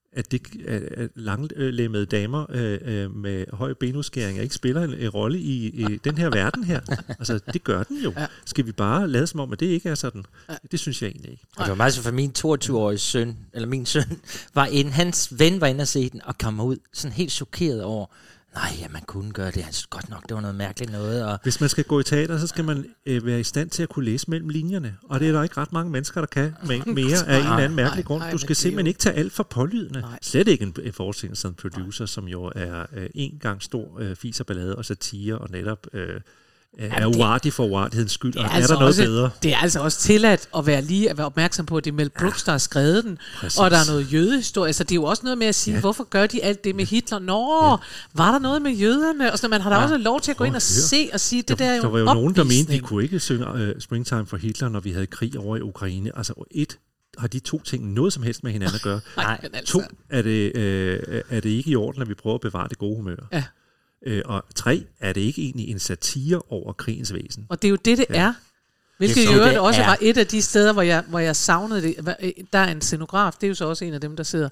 at langlemmede damer med høj benudskæring ikke spiller en rolle i den her verden her. Altså, det gør den jo. Ja. Skal vi bare lade som om, at det ikke er sådan? Ja. Det synes jeg egentlig ikke. Og det var meget så for min 22-årige søn, eller min søn, hans ven var inde og se den, og kom ud sådan helt chokeret over, nej, ja, man kunne gøre det. Han synes godt nok, det var noget mærkeligt noget. Og hvis man skal gå i teater, så skal man være i stand til at kunne læse mellem linjerne. Og det er der ikke ret mange mennesker, der kan mere af en eller anden mærkelig grund. Du skal simpelthen ikke tage alt for pålydende. Slet ikke en forestilling som producer, som jo er en gang stor fis og ballade og satire og netop er uartig for uartighedens skyld. Og er der noget bedre? Det er altså også tilladt at være opmærksom på, at det er Mel Brooks, der har skrevet den. Præcis. Og der er noget jødehistorie. Så det er jo også noget med at sige, hvorfor gør de alt det med Hitler? Var der noget med jøderne? Og så man har da også lov til at gå ind og se og sige, det der er jo der var jo nogen, der mente, de kunne ikke synge Springtime for Hitler, når vi havde krig over i Ukraine. Altså har de to ting noget som helst med hinanden at gøre? Nej. 2, er det ikke i orden, at vi prøver at bevare det gode humør? Ja. Og 3, er det ikke egentlig en satire over krigens væsen? Og det er jo det er. Hvilket jo også var et af de steder, hvor jeg savnede det. Der er en scenograf, det er jo så også en af dem, der sidder,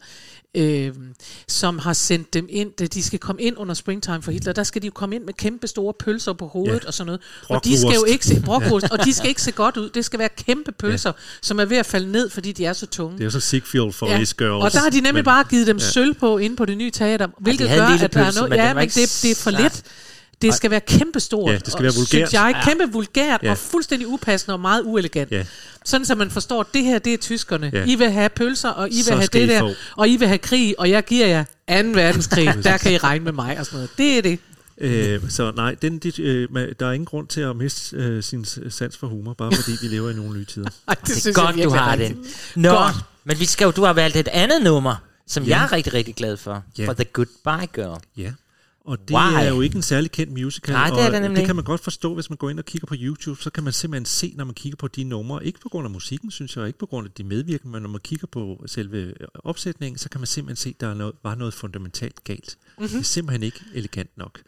som har sendt dem ind, da de skal komme ind under Springtime for Hitler. Der skal de jo komme ind med kæmpe store pølser på hovedet og sådan noget. Og de skal jo ikke se og de skal ikke se godt ud. Det skal være kæmpe pølser, som er ved at falde ned, fordi de er så tunge. Det er så Ziegfeld for These Girls. Og der har de nemlig bare givet dem sølv på inde på det nye teater, hvilket gør, at der er noget. Ja, men det er for lidt. Det skal være kæmpestort. Ja, det skal være vulgært. Kæmpe vulgært og fuldstændig upassende og meget uelegant. Ja. Sådan så man forstår, at det her, det er tyskerne. Ja. I vil have pølser, og I vil have det der, og I vil have krig, og jeg giver jer 2. verdenskrig. Der kan I regne med mig og sådan noget. Det er det. Så nej, der er ingen grund til at miste sin sans for humor, bare fordi vi lever i nogle nye tider. Det er godt, du har det. Men du har valgt et andet nummer, som jeg er rigtig, rigtig glad for. For The Goodbye Girl. Ja. Og det er jo ikke en særlig kendt musical. Nej, det er det nemlig. Det kan man godt forstå, hvis man går ind og kigger på YouTube, så kan man simpelthen se, når man kigger på de numre, ikke på grund af musikken, synes jeg, ikke på grund af de medvirkende, men når man kigger på selve opsætningen, så kan man simpelthen se, at der var noget fundamentalt galt. Det er simpelthen ikke elegant nok.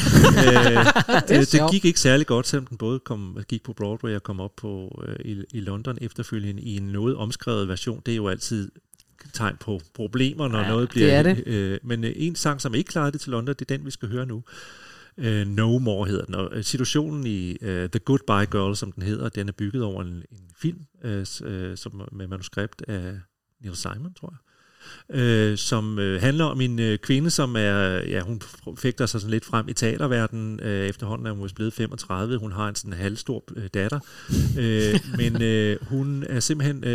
Det gik ikke særlig godt, selvom den både gik på Broadway og kom op på i London efterfølgende i en noget omskrevet version. Det er jo altid tegn på problemer, når noget bliver... Det. Men en sang, som ikke klarede det til London, det er den, vi skal høre nu. No More hedder den. Og situationen i The Goodbye Girl, som den hedder, den er bygget over en film med manuskript af Neil Simon, tror jeg. Som handler om en kvinde, som hun fægter sig sådan lidt frem i teaterverdenen. Efterhånden er hun blevet 35. Hun har en sådan halvstor datter. Men hun er simpelthen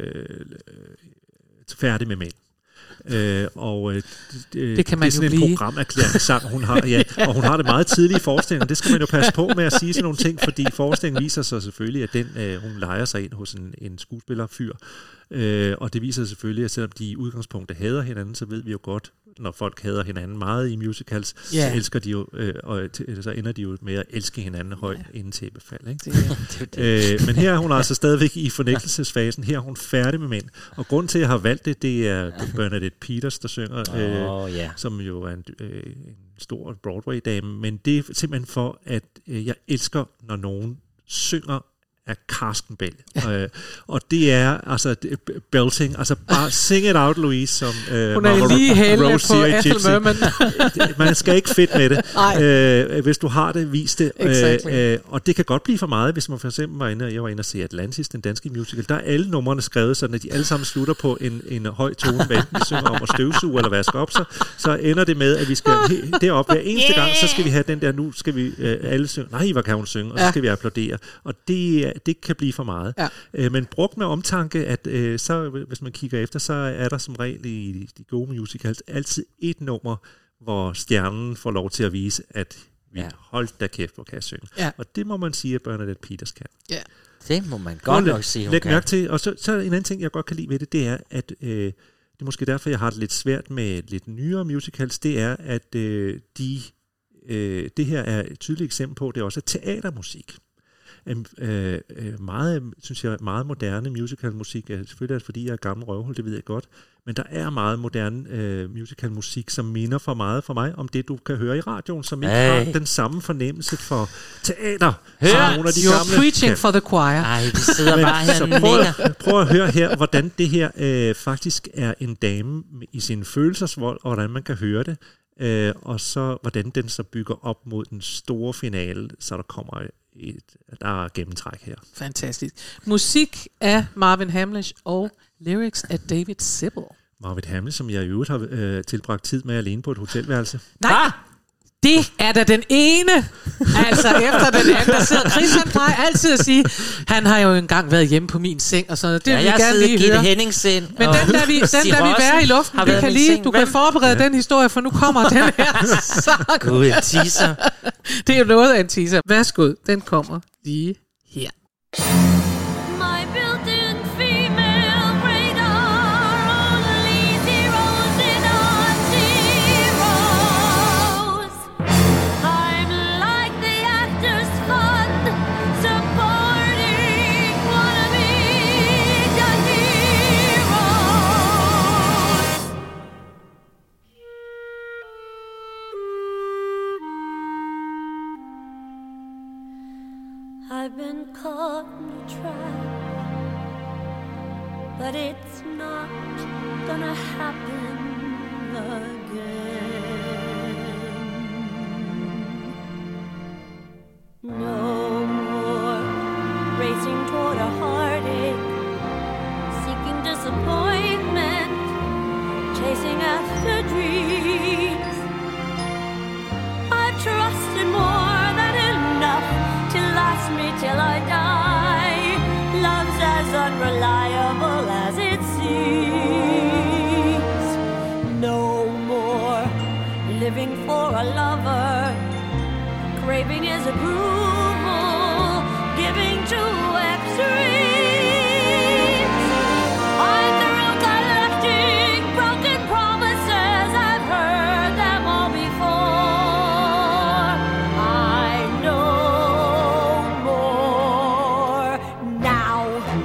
færdig med mænd. Det kan man det er sådan en programerklæringssang, hun har, og hun har det meget tidligt i forestillingen. Det skal man jo passe på med at sige sådan nogle ting, fordi forestillingen viser sig selvfølgelig, at hun lejer sig ind hos en skuespillerfyr. Og det viser selvfølgelig, at selvom de i udgangspunktet hader hinanden, så ved vi jo godt, når folk hader hinanden meget i musicals, så elsker de jo, så ender de jo med at elske hinanden højt inden tæppefald. Ikke? Men her er hun altså stadigvæk i fornægtelsesfasen. Her er hun færdig med mænd. Og grunden til, at jeg har valgt det er Bernadette Peters, der synger, som jo er en stor Broadway-dame. Men det er simpelthen for, at jeg elsker, når nogen synger af Carsten Bell. Og det er altså belting, altså bare sing it out, Louise, som hun er lige hælde på Ethel Merman. Man skal ikke fedt med det. Hvis du har det, vis det. Og det kan godt blive for meget, hvis man for eksempel jeg var inde og se Atlantis, den danske musical. Der er alle numrene skrevet sådan, at de alle sammen slutter på en høj tone, hvad enten de synger om at støvsuge eller vaske op, så ender det med, at vi skal derop hver eneste gang, så skal vi have den der, nu skal vi alle synge, nej, hvor kan hun synge, og så skal vi applaudere. Og det kan blive for meget. Ja. Men brugt med omtanke, at så, hvis man kigger efter, så er der som regel i de gode musicals altid et nummer, hvor stjernen får lov til at vise, at vi holdt da kæft, hvor kan jeg synge. Ja. Og det må man sige, at Bernadette Peters kan. Ja. Det må man godt nok sige, læg mærke til. Og så en anden ting, jeg godt kan lide ved det er, at det er måske derfor, jeg har det lidt svært med lidt nyere musicals, det er, at det her er et tydeligt eksempel på, det er også teatermusik. meget, synes jeg, meget moderne musicalmusik. Selvfølgelig er det, fordi jeg er gammel røvhul, det ved jeg godt. Men der er meget moderne musicalmusik, som minder for meget for mig om det, du kan høre i radioen, som ikke har den samme fornemmelse for teater. Hør, nogle af de gamle preaching for the choir. Ej, vi sidder bare her. Prøv at høre her, hvordan det her faktisk er en dame i sin følelsesvold, og hvordan man kan høre det. Og så hvordan den så bygger op mod den store finale, så der kommer der er gennemtræk her. Fantastisk. Musik af Marvin Hamlisch og lyrics af David Sibble. Marvin Hamlisch, som jeg i øvrigt har tilbragt tid med alene på et hotelværelse. Nej! Det er da den ene, altså efter den anden, der sidder. Christian plejer altid at sige, han har jo engang været hjemme på min seng og sådan noget. Det vil vi gerne lige høre. Henningsen. Men den der vi være i luften, vi kan lige, du kan forberede den historie, for nu kommer den her sang. Gud, en teaser. Det er jo noget af en teaser. Værsgo, den kommer lige her. I've been caught in a trap, but it's not gonna happen again. No more racing toward a heartache, seeking disappointment, chasing after dreams. I've trusted more than enough to last me till I die. Love's as unreliable as it seems. No more living for a lover, craving his approval, giving to extremes. I'm through collecting broken promises, I've heard them all before. I know more now.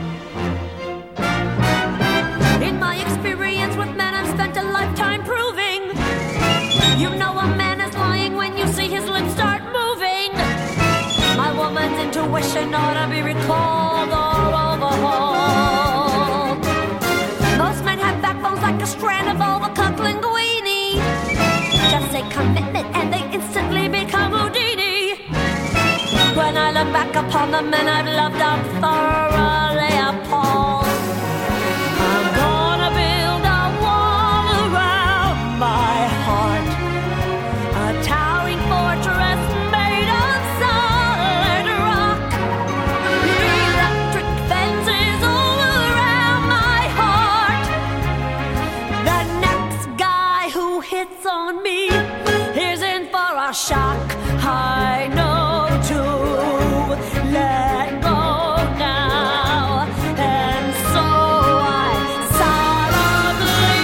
In my experience with men, I've spent a lifetime proving, you know a man is lying when you see his lips start moving. My woman's intuition ought to be recalled or overhauled. Most men have backbones like a strand of overcooked linguine. Just say commitment and they instantly become Houdini. When I look back upon the men I've loved, I'm thoroughly appalled. I'm gonna build a wall around my heart, a towering fortress made of solid rock. Electric fences all around my heart. The next guy who hits on me is in for a shock. I know to let go now, and so I solemnly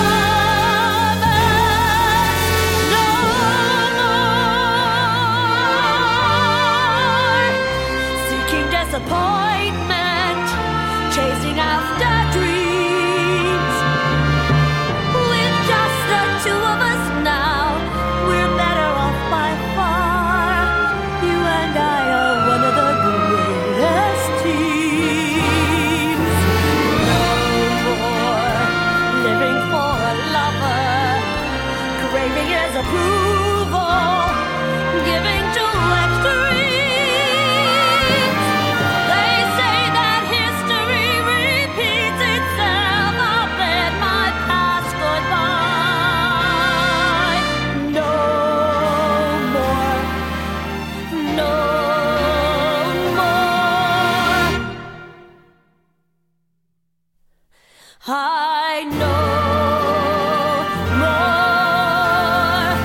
promise no more seeking disappointment, chasing after dreams. With just the two of us now, we're better off by far. You and I are one of the greatest teams. No more living for a lover, craving his approval, giving to extremes. They say that history repeats itself. I'll bid my past goodbye. No more, no more. I know more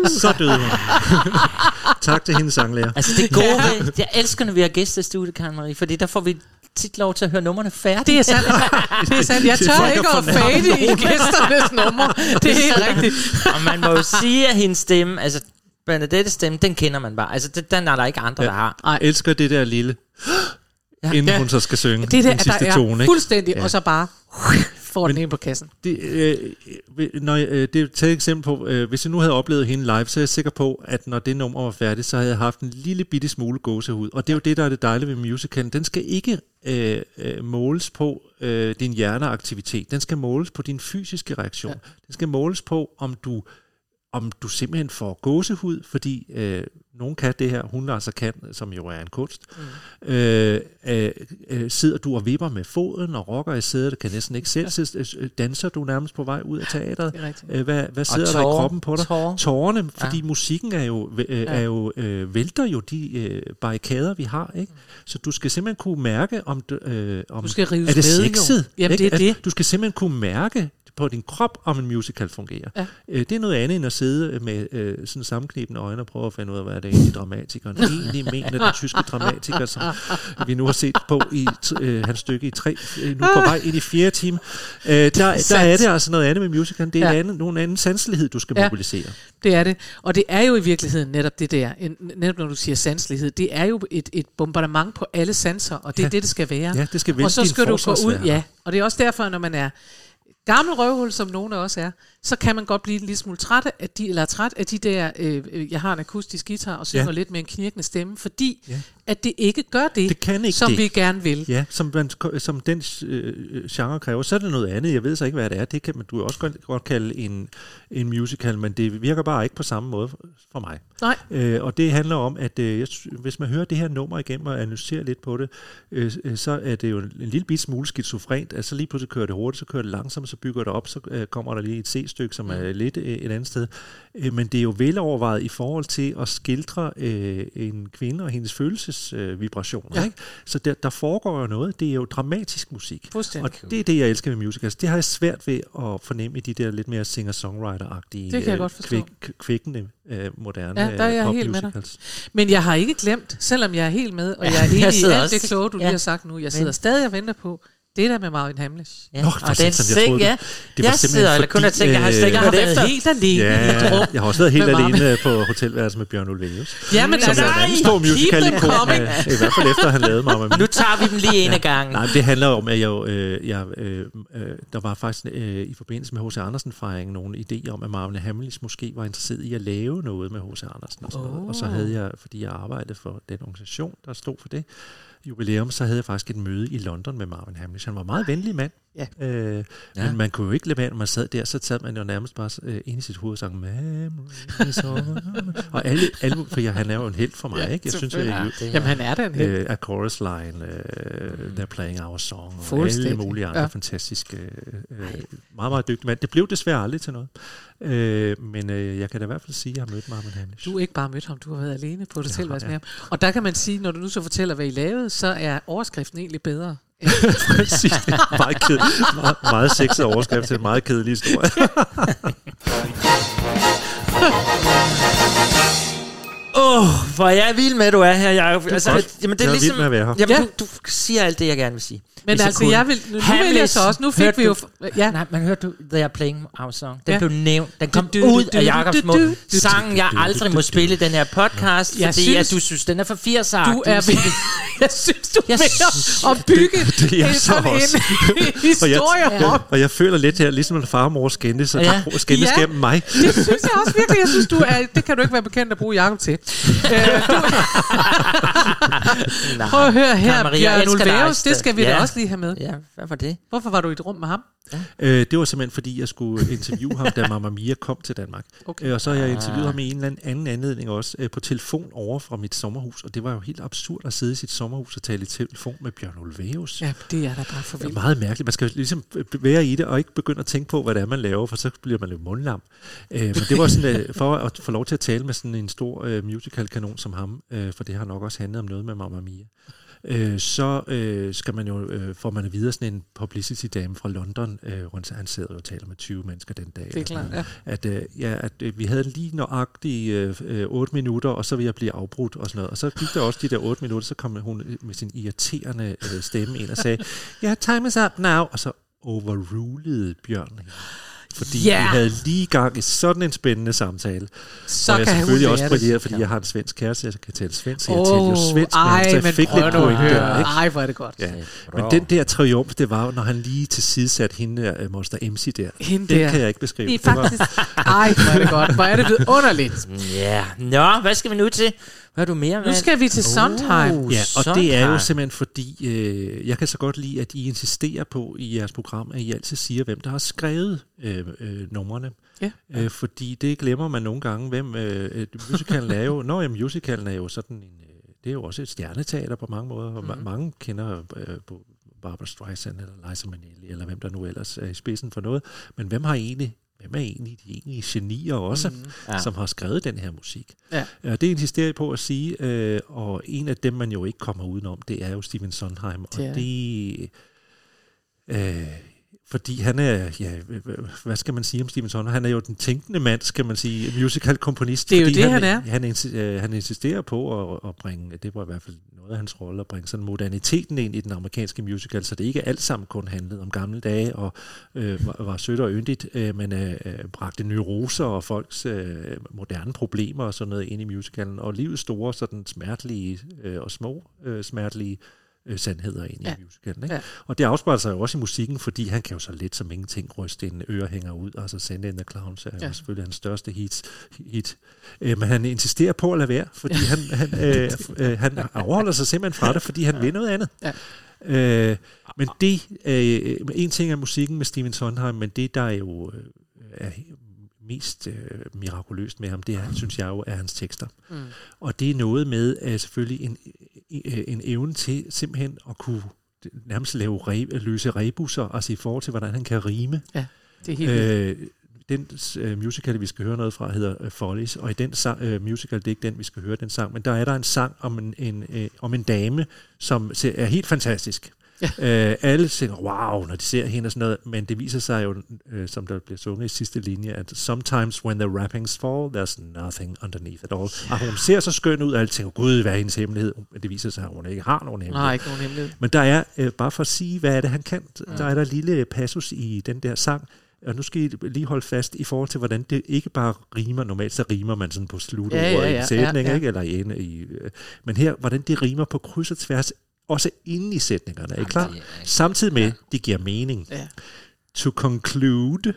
Så døde hun. Tak til hendes sanglærer. Altså det gode ved, jeg elsker, når vi har gæster i studiet, Karen Marie, fordi der får vi tit lov til at høre numrene færdigt. Det er sandt. Det er sandt. Jeg tør ikke at fade i gæsternes numre. Det er helt rigtigt. Og man må jo sige, at hendes stemme, altså Bernadettes stemme, den kender man bare. Altså den er der ikke andre, der har. Jeg elsker det der lille, inden hun så skal synge det der, den sidste der tone. Er fuldstændig, og så bare får den ind på kassen. Det er et eksempel på, hvis jeg nu havde oplevet hende live, så er jeg sikker på, at når det nummer var færdigt, så havde jeg haft en lille bitte smule gåsehud. Og det er jo det, der er det dejlige ved musicalen. Den skal ikke måles på din hjerneaktivitet. Den skal måles på din fysiske reaktion. Den skal måles på, om du simpelthen får gåsehud, fordi nogen kan det her, hun altså kan, som jo er en kunst. Sidder du og vipper med foden og rokker i sædet, kan næsten ikke selv danser du nærmest på vej ud af teateret. Hvad sidder der i kroppen på dig? Tårerne, fordi musikken er jo vælter jo de barrikader, vi har, ikke? Så du skal simpelthen kunne mærke, om du skal rives er det sexet? Jamen, det er det. Du skal simpelthen kunne mærke på din krop, om en musical fungerer. Ja. Det er noget andet end at sidde med sådan sammenknebende øjne og prøve at finde ud af, hvad det egentlig dramatikeren egentlig mener, den tyske dramatiker, som vi nu har set på i hans stykke i 3, nu på vej ind i 4. time. Der er det altså noget andet med musicalen. Det er nogen anden sanselighed, du skal mobilisere. Det er det. Og det er jo i virkeligheden netop det der, netop når du siger sanselighed, det er jo et bombardement på alle sanser, og det er det skal være. Ja, det skal vælge. Og så skal du gå ud, og det er også derfor, når man er gammel røvhul, som nogen af os er, så kan man godt blive en lille smule træt af de der, jeg har en akustisk guitar og synger lidt med en knirkende stemme, fordi at det ikke gør det som vi gerne vil. Ja, som den genre kræver. Så er det noget andet. Jeg ved så ikke, hvad det er. Det kan man du også godt kalde en musical, men det virker bare ikke på samme måde for mig. Nej. Og det handler om, at hvis man hører det her nummer igennem og analyserer lidt på det, så er det jo en lille bit smule skizofrent. Altså lige pludselig kører det hurtigt, så kører det langsomt, så bygger det op, så kommer der lige et C-stykke, som er lidt et andet sted. Men det er jo velovervejet i forhold til at skildre en kvinde og hendes følelsesvibrationer. Ikke? Så der foregår jo noget. Det er jo dramatisk musik. Og det er det, jeg elsker ved musicals. Det har jeg svært ved at fornemme i de der lidt mere singer-songwriter-agtige, kvækkende, moderne der er jeg helt med dig. Men jeg har ikke glemt, selvom jeg er helt med, og jeg er enig i alt det kloge, du lige har sagt nu. Jeg sidder stadig og venter på det der med Marvin Hamlisch. Ja. Og den seng, jeg sidder eller kun at tænke, jeg har slet ikke været helt alene. Ja, jeg har også været helt alene på hotelværelset med Bjørn Ulvaeus. Ja, men som er en anden stor musical i hvert fald efter han lavede Mamma Mia. Nu tager vi dem lige en af gangen. Nej, det handler om, at der var faktisk i forbindelse med H.C. Andersen-fejringen nogle idéer om, at Marvin Hamlisch måske var interesseret i at lave noget med H.C. Andersen og sådan noget. Og så havde jeg, fordi jeg arbejdede for den organisation, der stod for det jubilæum, så havde jeg faktisk et møde i London med Marvin Hamlisch. Han var en meget venlig mand. Men man kunne jo ikke lade være, når man sad der, så sad man jo nærmest bare inde i sit hoved og sang og alle, for han er jo en helt for mig, ikke? Jeg synes, jamen han er da en helt. A chorus line, They're Playing Our Song, og alle mulige andre fantastiske, meget, meget dygtige mand. Det blev desværre aldrig til noget. Men jeg kan da i hvert fald sige, at jeg har mødt Marvin Hamlisch. Du har ikke bare mødt ham, du har været alene på et hotelværelse med ham. Og der kan man sige, når du nu så fortæller, hvad I lavede, så er overskriften egentlig bedre. Præcis, det er meget sexet overskrift til en meget kedelig historie. Hvor jeg er vild med, at du er her, Jacob. Altså, jamen, det er ligesom, vild med at være her. Jamen, du siger alt det, jeg gerne vil sige. Men altså, jeg vil... Nu vil jeg så også... Nu fik vi jo... Nej, men hørte du They Are Playing Our Song? Den blev nævnt. Den kom ud af Jacobs mund. Sangen, jeg aldrig må spille den her podcast, fordi at du synes, den er for 80'er. Du er... Jeg synes, du er ved at bygge sådan en historie op. Og jeg føler lidt her, ligesom en far og mor skændes gennem mig. Det synes jeg også virkelig. Jeg synes, du er... Det kan du ikke være bekendt at bruge Jacob til. Prøv at høre her, Bjørn Ulvaeus, det skal vi da også lige have med. Ja, hvad var det? Hvorfor var du i et rum med ham? Det var simpelthen, fordi jeg skulle interviewe ham, da Mamma Mia kom til Danmark. Okay. Og så har jeg interviewet ham i en eller anden anledning også på telefon over fra mit sommerhus. Og det var jo helt absurd at sidde i sit sommerhus og tale i telefon med Bjørn Ulvaeus. Ja, det er da bare for vildt. Det er meget mærkeligt. Man skal ligesom være i det og ikke begynde at tænke på, hvad det er, man laver, for så bliver man jo mundlam. Men det var sådan, for at få lov til at tale med sådan en stor musical-kanon som ham, for det har nok også handlet om noget med Mamma Mia. så skal man jo, får man videre sådan en publicity-dame fra London, han sidder og taler med 20 mennesker den dag. Det er klart, ja. At vi havde lige nøjagtigt 8 minutter, og så ville jeg blive afbrudt og sådan noget. Og så gik der også de der 8 minutter, så kom hun med sin irriterende stemme ind og sagde, time is up now, og så overrulede Bjørn. Fordi vi havde lige gang i sådan en spændende samtale. Så og jeg kan selvfølgelig også det, brilleret, fordi jeg har en svensk kæreste, jeg kan tale svensk, så jeg talte jo svensk, så jeg fik lidt point der. Ej, hvor er det godt. Ja. Men den der triumf, det var jo, når han lige tilsidesatte hende der, Monster MC der. Den kan jeg ikke beskrive. Det er faktisk... Ej, hvor er det godt. Hvor er det vidunderligt. Ja. Nå, hvad skal vi nu til? Hvad er du mere med? Nu skal vi til Sondheim. Ja, og det er jo simpelthen fordi, jeg kan så godt lide, at I insisterer på i jeres program, at I altid siger, hvem der har skrevet numrene. Ja. Fordi det glemmer man nogle gange, hvem musicalen er jo. Musicalen er jo sådan en... Det er jo også et stjerneteater på mange måder, og mange kender Barbra Streisand eller Liza Minnelli, eller hvem der nu ellers er i spidsen for noget. Men hvem er egentlig de egentlige genier også, som har skrevet den her musik? Ja. Det insisterer jeg på at sige, og en af dem, man jo ikke kommer udenom, det er jo Stephen Sondheim, og det... fordi han er, hvad skal man sige om Stephen Sondheim? Han er jo den tænkende mand, skal man sige, musical-komponist. Det er jo det, han er. Han insisterer på at bringe, det var i hvert fald noget af hans rolle, at bringe sådan moderniteten ind i den amerikanske musical, så det ikke alt sammen kun handlede om gamle dage, og var sødt og yndigt, men bragte neuroser og folks moderne problemer og sådan noget ind i musicalen, og livets store, sådan smertelige og små smertelige sandheder ind i musicalen. Ikke? Ja. Og det afspejler sig jo også i musikken, fordi han kan jo så let som ingenting ryste en ørehænger ud, altså Send in the Clowns er jo selvfølgelig hans største hit. Men han insisterer på at lade være, fordi han afholder sig simpelthen fra det, fordi han vil noget andet. Ja. Men det, en ting er musikken med Stephen Sondheim, men det der er jo er mest mirakuløst med ham, det er, synes jeg jo, er hans tekster. Og det er noget med selvfølgelig en evne til simpelthen at kunne nærmest løse rebusser, altså i forhold til, hvordan han kan rime. Ja, det er helt den musical, vi skal høre noget fra, hedder Follies, og i den musical, det er ikke den, vi skal høre, den sang, men der er der en sang om en dame, som er helt fantastisk. Ja. Alle siger, wow, når de ser hende og sådan noget, men det viser sig jo, som der bliver sunget i sidste linje, at sometimes when the wrappings fall, there's nothing underneath at all. Og hun ser så skøn ud, og alle tænker, gud, hvad er hendes hemmelighed? Men det viser sig, at hun ikke har nogen hemmelighed. Nej, ikke nogen hemmelighed. Men der er, bare for at sige, hvad er det, han kan, der er der lille passus i den der sang, og nu skal I lige holde fast i forhold til, hvordan det ikke bare rimer. Normalt så rimer man sådan på slutord i en sætning, ikke? Eller men her, hvordan det rimer på kryds og tværs, også inde i sætningerne, er I klar? Samtidig med, det giver mening. Ja. To conclude,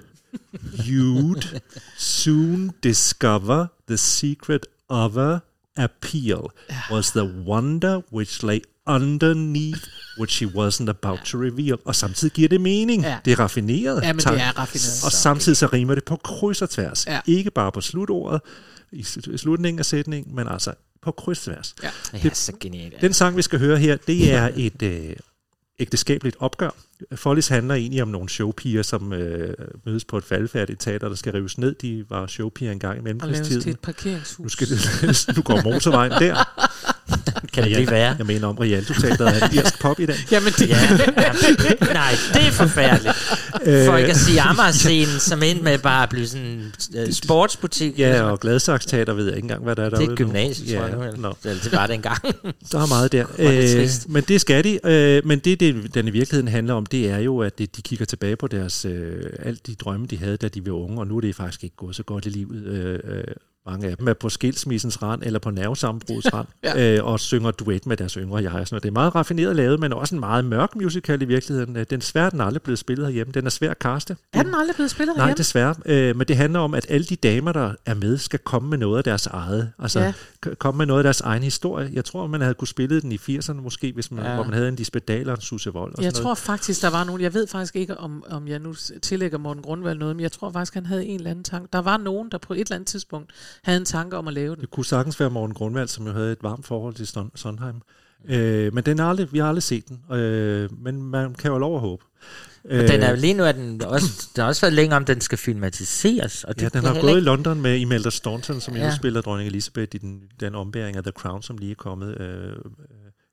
you'd soon discover the secret of a appeal was the wonder which lay underneath which she wasn't about to reveal. Og samtidig giver det mening. Ja. Det er raffineret. Ja, men det er raffineret. Og samtidig så rimer det på kryds og tværs. Ja. Ikke bare på slutordet, i slutningen af sætningen, men altså på krydsværs. Ja. Det er så genialt. Den sang, vi skal høre her, det er et ægteskabeligt opgør. Follies handler egentlig om nogle showpiger, som mødes på et faldefærdigt teater, der skal rives ned. De var showpiger engang i mellemkrigstiden. Og laves til et parkeringshus. Nu går motorvejen der. Kan det ikke være? Jeg mener om Rialto-teateret er en irsk pop i dag. Jamen det nej, det er forfærdeligt. For ikke at sige Amager-scenen, som endte med bare at blive sådan en sportsbutik. Ja, og Gladsaxe-teater ved jeg ikke engang, hvad der er derude. Det er gymnasiet, tror jeg. Det var det engang. Der er meget der. Men det skal de. Men det, den i virkeligheden handler om, det er jo, at de kigger tilbage på deres alt de drømme, de havde, da de var unge, og nu er det faktisk ikke gået så godt i livet. Mange af dem er på skilsmissens rand eller på nervesammenbrudets rand og synger duet med deres yngre jeg. Det er meget raffineret lavet, men også en meget mørk musical i virkeligheden. Den er aldrig blevet spillet herhjemme. Den er svær at kaste. Er den aldrig blevet spillet herhjemme? Nej, desværre. Men det handler om, at alle de damer, der er med, skal komme med noget af deres eget. Altså komme med noget af deres egen historie. Jeg tror, man havde kunne spille den i 80'erne måske, hvis man, hvor man havde en Lisbeth Dahl og en Susse Wold. Jeg tror faktisk, der var nogen. Jeg ved faktisk ikke, om jeg nu tillægger Morten Grundvald noget, men jeg tror faktisk, han havde en eller anden tanke. Der var nogen, der på et eller andet tidspunkt havde en tanke om at lave den. Det kunne sagtens være Morten Grundvald, som jo havde et varmt forhold til Sondheim. Men vi har aldrig set den. Men man kan jo lov at håbe. Og den er lige nu, der har også været længe om, den skal filmatiseres. Og den har gået i London med Imelda Staunton, som jo spiller dronning Elizabeth i den ombæring af The Crown, som lige er kommet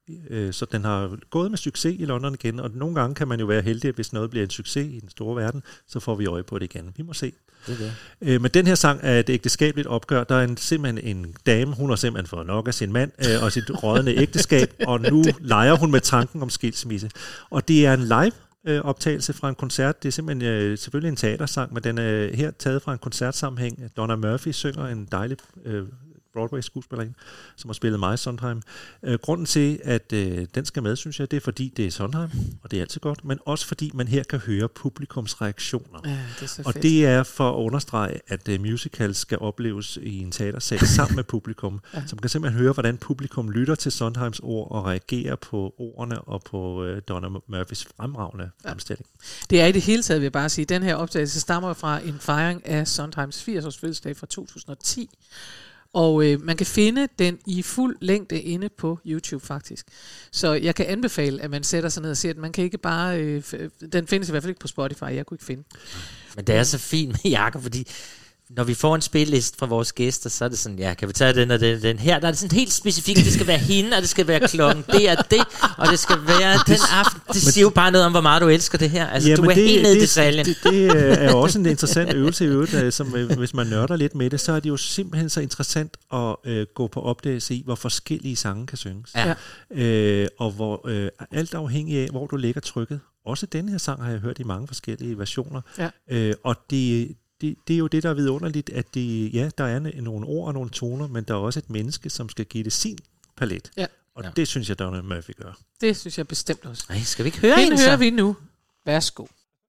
Så den har gået med succes i London igen, og nogle gange kan man jo være heldig, at hvis noget bliver en succes i den store verden, så får vi øje på det igen. Vi må se. Men den her sang er et ægteskabeligt opgør. Der er simpelthen en dame, hun har simpelthen fået nok af sin mand og sit rådende ægteskab, og nu leger hun med tanken om skilsmisse. Og det er en live optagelse fra en koncert. Det er simpelthen selvfølgelig en teatersang, men den er her taget fra en koncertsammenhæng. Donna Murphy synger, en dejlig Broadway-skuespillerinde, som har spillet mig i Sondheim. Grunden til, at den skal med, synes jeg, det er fordi, det er Sondheim, og det er altid godt, men også fordi man her kan høre publikums reaktioner. Ja, det er så og fedt. Det er for at understrege, at musicals skal opleves i en teatersal sammen med publikum, så man kan simpelthen høre, hvordan publikum lytter til Sondheims ord og reagerer på ordene og på Donna Murphys fremragende fremstilling. Det er i det hele taget, vil jeg bare sige, den her optagelse stammer fra en fejring af Sondheims 80-års fødselsdag fra 2010. Og man kan finde den i fuld længde inde på YouTube faktisk. Så jeg kan anbefale, at man sætter sig ned og ser den. Man kan ikke bare... den findes i hvert fald ikke på Spotify. Jeg kunne ikke finde. Men det er så fint med Jakob, fordi når vi får en spilleliste fra vores gæster, så er det sådan, ja, kan vi tage den og den her? Der er det sådan helt specifikt, det skal være hende, og det skal være klokken det og det, og det skal være den aften. Det siger jo bare noget om, hvor meget du elsker det her. Altså, du er helt nede i detaljen. Det er jo også en interessant øvelse i øvrigt, som hvis man nørder lidt med det, så er det jo simpelthen så interessant at gå på opdagelse i, hvor forskellige sange kan synges. Ja. Og hvor alt afhængig af, hvor du lægger trykket. Også denne her sang har jeg hørt i mange forskellige versioner. Ja. Og det er jo det, der er vidunderligt, at der er nogle ord og nogle toner, men der er også et menneske, som skal give det sin palet. Ja. Og det synes jeg, Donna Murphy gør. Det synes jeg bestemt også. Ej, skal vi ikke høre hende? Den hører vi nu. Værsgo.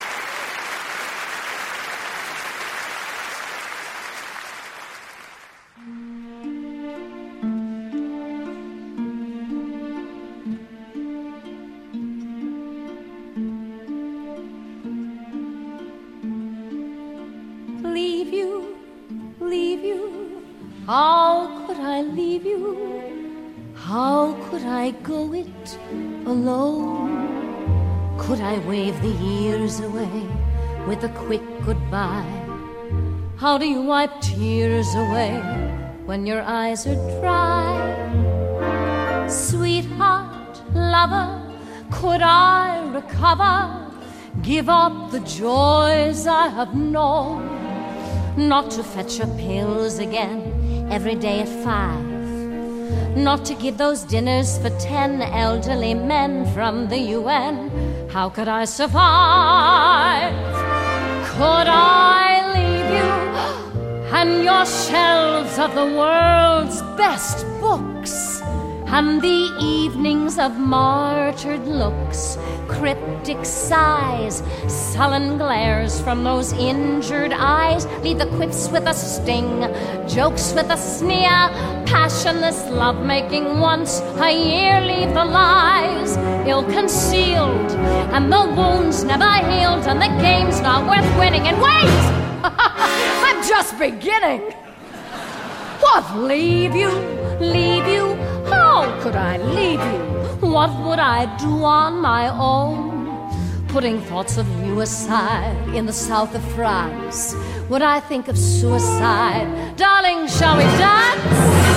How could I leave you? How could I go it alone? Could I wave the years away with a quick goodbye? How do you wipe tears away when your eyes are dry? Sweetheart, lover, could I recover? Give up the joys I have known? Not to fetch your pills again every day at 5. Not to give those dinners for 10 elderly men from the UN. How could I survive? Could I leave you and your shelves of the world's best books and the evenings of martyred looks, cryptic sighs, sullen glares from those injured eyes? Leave the quips with a sting, jokes with a sneer, passionless lovemaking once a year. Leave the lies ill-concealed and the wounds never healed and the game's not worth winning. And wait! I'm just beginning. What, leave you? Leave you? How could I leave you? What would I do on my own? Putting thoughts of you aside in the south of France, would I think of suicide? Darling, shall we dance?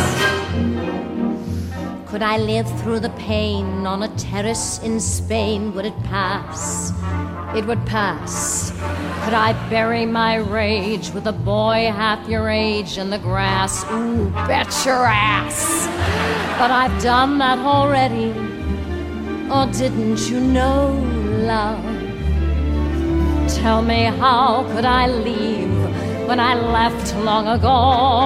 Could I live through the pain on a terrace in Spain? Would it pass? It would pass. Could I bury my rage with a boy half your age in the grass? Ooh, bet your ass. But I've done that already. Or didn't you know, love? Tell me, how could I leave when I left long ago?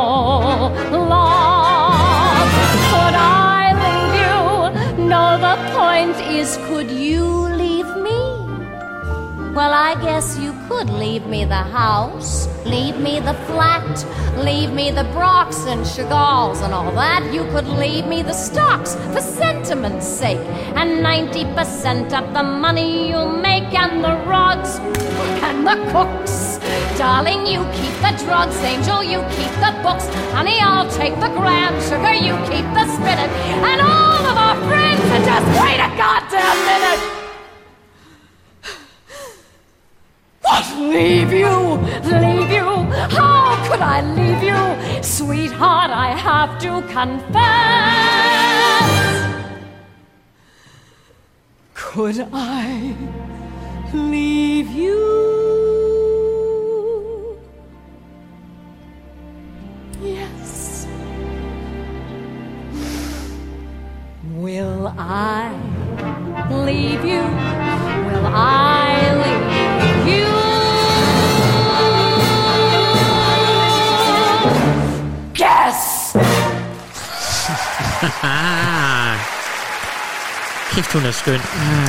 Love, could I leave you? No, the point is, could you leave me? Well, I guess you could leave me the house, leave me the flat, leave me the Brocs and Chagalls and all that. You could leave me the stocks for sentiment's sake, and 90% of the money you make, and the rods and the cooks. Darling, you keep the drugs, Angel, you keep the books. Honey, I'll take the gram, sugar, you keep the spinach. And all of our friends, and just wait a goddamn minute. What? Leave you? Leave you? How could I leave you? Sweetheart, I have to confess, Could I leave you? Yes. Will I leave you? Will I leave you? Yes! Kæft, hun er skøn.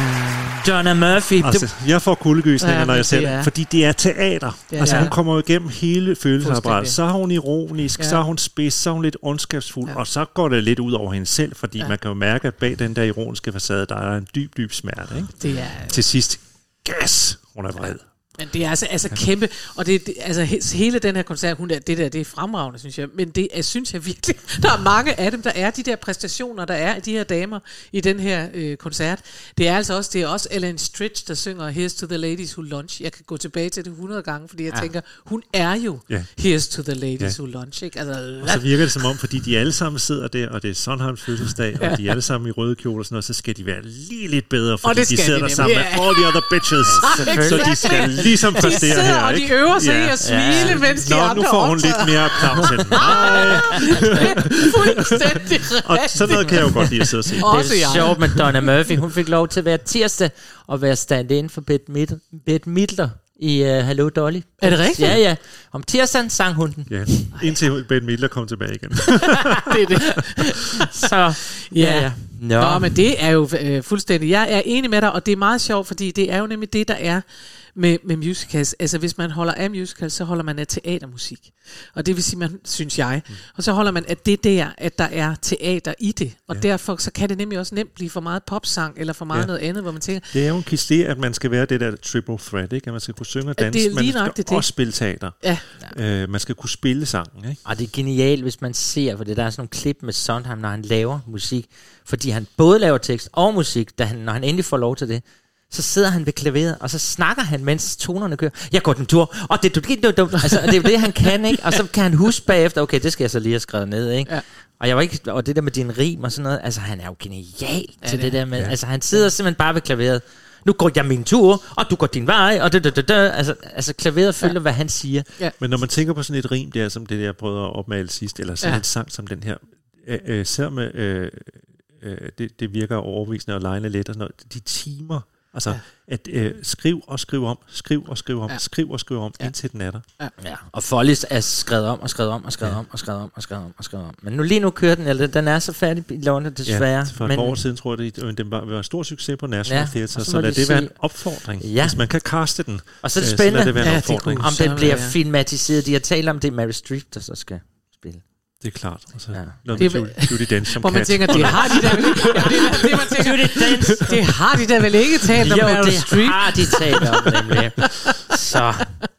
Donna Murphy. Altså, jeg får kuldegysninger, når jeg ser det, fordi det er teater. Altså, hun kommer jo igennem hele følelsesapparatet. Så er hun ironisk, så er hun spids, så er hun lidt ondskabsfuld, og så går det lidt ud over hende selv, fordi man kan jo mærke, at bag den der ironiske facade, der er en dyb, dyb smerte. Ikke? Det er... Til sidst, gas, hun er vred. Men det er altså kæmpe, og altså hele den her koncert, det er fremragende, synes jeg. Men det synes jeg virkelig, der er mange af dem, der er de der præstationer, der er de her damer i den her koncert. Det er også Ellen Stritch, der synger Here's to the Ladies Who Lunch. Jeg kan gå tilbage til det 100 gange, fordi jeg tænker, hun er jo Here's to the Ladies Who Lunch. Ikke? Altså, og så virker det som om, fordi de alle sammen sidder der, og det er Sondheims fødselsdag, og de er alle sammen i røde kjoler og sådan noget, så skal de være lige lidt bedre, fordi de sidder der sammen med all the other bitches. Så de skal ligesom præstere her, sidder, og de øver sig i at smile, mens de andre nu får hun lidt mere applaus end mig. Fuldstændig og sådan noget kan jeg jo godt lide at sidde og se. Det er sjovt med Donna Murphy. Hun fik lov til at være tirsdag og være stand-in for Bette Midler i Hallo Dolly. Er det rigtigt? Ja. Om tirsdagen sang hun den. Ja, indtil Bette Midler kom tilbage igen. Det er det. Så, ja. Nå, men det er jo fuldstændig... Jeg er enig med dig, og det er meget sjovt, fordi det er jo nemlig det, der er med musicals. Altså, hvis man holder af musicals, så holder man af teatermusik. Og det vil sige, synes jeg. Og så holder man af det der, at der er teater i det. Og derfor så kan det nemlig også nemt blive for meget popsang, eller for meget noget andet, hvor man tænker... Det er jo en kliché, at man skal være det der triple threat, ikke? At man skal kunne synge og danse, man skal også spille teater. Ja. Man skal kunne spille sangen, ikke? Og det er genialt, hvis man ser, for der er sådan nogle klip med Sondheim, når han laver musik. Fordi han både laver tekst og musik, når han endelig får lov til det. Så sidder han ved klaveret, og så snakker han, mens tonerne kører. Jeg går den tur, og det er jo det, han kan, ikke? Og så kan han huske bagefter, okay, det skal jeg så lige have skrevet ned, ikke? Ja. Og det der med din rim og sådan noget, altså han er jo genial til det der med, altså han sidder simpelthen bare ved klaveret. Nu går jeg min tur, og du går din vej, og altså klaveret følger, hvad han siger. Ja. Men når man tænker på sådan et rim, det er som det, jeg prøvede at opmale sidst, eller sådan en sang som den her, selvom det virker overbevisende og lejende let og sådan noget, de timer, altså at skriv og skriv om, indtil den er der. Ja. Og Follies er skrevet om. Men lige nu kører den, eller den er så færdig i London, desværre. For et par år siden tror jeg, den var en stor succes på National Theatre, så lad det være en opfordring. Ja. Hvis man kan caste den, og så er det spændende, så lad det være en opfordring. Om den bliver filmatiseret. De har talt om, det er Meryl Streep, der så skal spille. Det er klart. Altså, Judi Dench som hvor man tænker, det har de da vel ikke. Det har de da vel ikke talt om Meryl Streep. Jo, det har de talt om, nemlig. Så,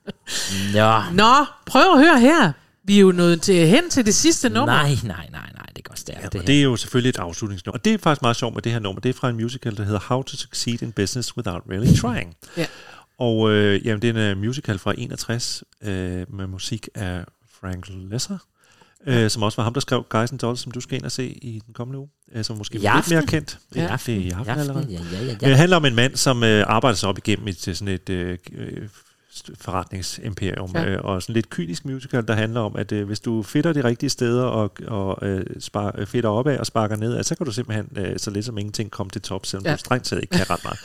Nå, prøv at høre her. Vi er jo nået hen til det sidste nummer. Nej, det går stærkt. Det er jo selvfølgelig et afslutningsnummer. Og det er faktisk meget sjovt med det her nummer. Det er fra en musical, der hedder How to Succeed in Business Without Really Trying. Ja. Og det er en musical fra 61 med musik af Frank Lesser. Som også var ham, der skrev Guys and Dolls, som du skal ind og se i den kommende uge. Som måske er lidt mere kendt. Det er i aften allerede. Det handler om en mand, som arbejder sig op igennem sådan et forretningsimperium. Og sådan lidt kynisk musical, der handler om, at hvis du fedter de rigtige steder og fedter opad og sparker nedad, så kan du simpelthen så lidt som ingenting komme til top, selvom du strengt taget ikke kan ret meget.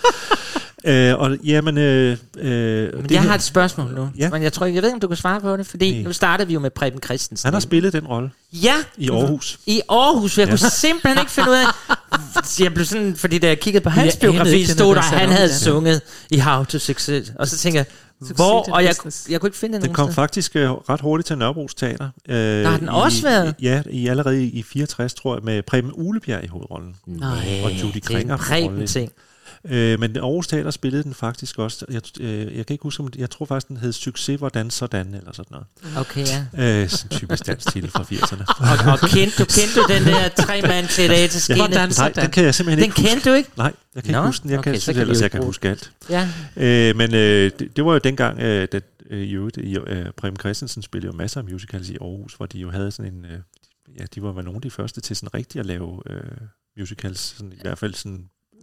Men jeg har et spørgsmål nu, men jeg ved ikke, om du kan svare på det, fordi nu starter vi jo med Preben Christensen. Han har spillet den rolle i Aarhus. I Aarhus, jeg kunne simpelthen ikke finde ud af, jeg blev sådan, fordi da jeg kiggede på hans biografi, stod der, han havde sunget i How to Succeed, og så tænkte jeg, hvor, og jeg kunne ikke finde den. Den kom faktisk ret hurtigt til Nørrebros Teater. Der har den også været? Ja, allerede i 64, tror jeg, med Preben Uglebjerg i hovedrollen. Nej, og Judy Kringer. Det er en Preben-ting. Men Aarhus Teater spillede den faktisk også. Jeg kan ikke huske, jeg tror faktisk, den hed Succes, hvordan sådan, eller sådan noget. Okay, ja. Sådan en typisk dansk titel fra 80'erne. og kendte du den der 3 mand til dag til skine? Nej, den kan jeg simpelthen ikke huske. Den kendte du ikke? Nej, jeg kan ikke huske den. Jeg kan huske alt. Ja. Men det var jo dengang, da Preben Christensen spillede jo masser af musicals i Aarhus, hvor de jo havde sådan en... de var nogle af de første til sådan rigtigt at lave musicals, sådan, i hvert fald sådan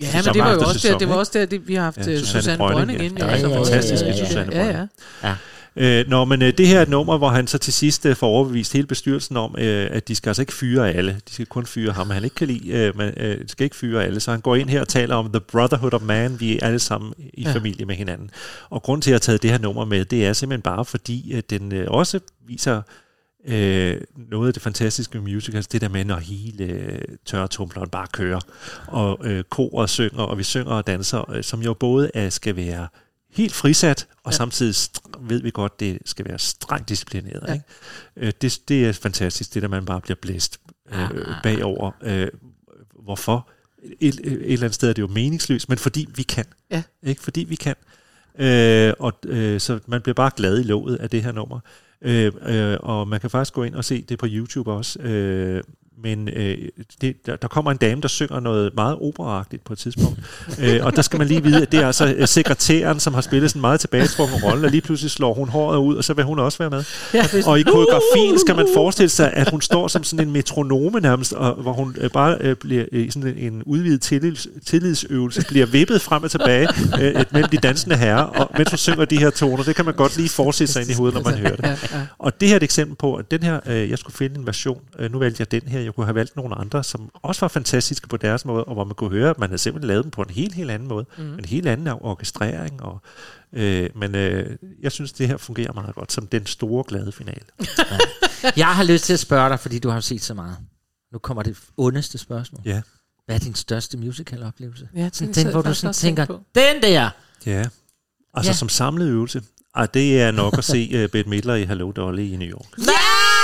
Ja, men det var jo også der, det var også der, vi har haft Susanne Brønding inde. Ja, fantastiske Susanne Brønding. Men det her er et nummer, hvor han så til sidst får overbevist hele bestyrelsen om, at de skal altså ikke fyre alle. De skal kun fyre ham, han ikke kan lide. Men de skal ikke fyre alle. Så han går ind her og taler om the brotherhood of man. Vi er alle sammen i familie med hinanden. Og grunden til, at jeg har taget det her nummer med, det er simpelthen bare fordi, at den også viser noget af det fantastiske musicals, det der med, når hele tørretumbleren bare kører. Og koret synger, og vi synger og danser, som jo både skal være helt frisat, og samtidig ved vi godt, det skal være strengt disciplineret. Ikke? Det er fantastisk, det der man bare bliver blæst bagover. Hvorfor? Et eller andet sted er det jo meningsløst, men fordi vi kan. Ikke? Fordi vi kan. Så man bliver bare glad i låget af det her nummer. Og man kan faktisk gå ind og se det på YouTube også. Men der kommer en dame, der synger noget meget operaagtigt på et tidspunkt. Og der skal man lige vide, at det er altså sekretæren, som har spillet sådan en meget tilbagetrukket rolle, og lige pludselig slår hun håret ud, og så vil hun også være med. Og i koreografien skal man forestille sig, at hun står som sådan en metronome nærmest, og hvor hun bare bliver i sådan en udvidet tillidsøvelse, bliver vippet frem og tilbage mellem de dansende herrer, og mens hun synger de her toner. Det kan man godt lige forestille sig ind i hovedet, når man hører det. Og det her er et eksempel på, at den her, jeg skulle finde en version, nu valgte jeg den her. Jeg kunne have valgt nogle andre, som også var fantastiske på deres måde, og hvor man kunne høre, at man havde simpelthen lavet dem på en helt anden måde. En helt anden orkestrering. Men jeg synes, det her fungerer meget godt, som den store, glade finale. Jeg har lyst til at spørge dig, fordi du har set så meget. Nu kommer det ondeste spørgsmål. Ja. Hvad er din største musical-oplevelse? Ja, den, hvor du sådan tænker, den der! Ja, altså som samlet øvelse. Og det er nok at se Bette Midler i Hello Dolly i New York. Ja!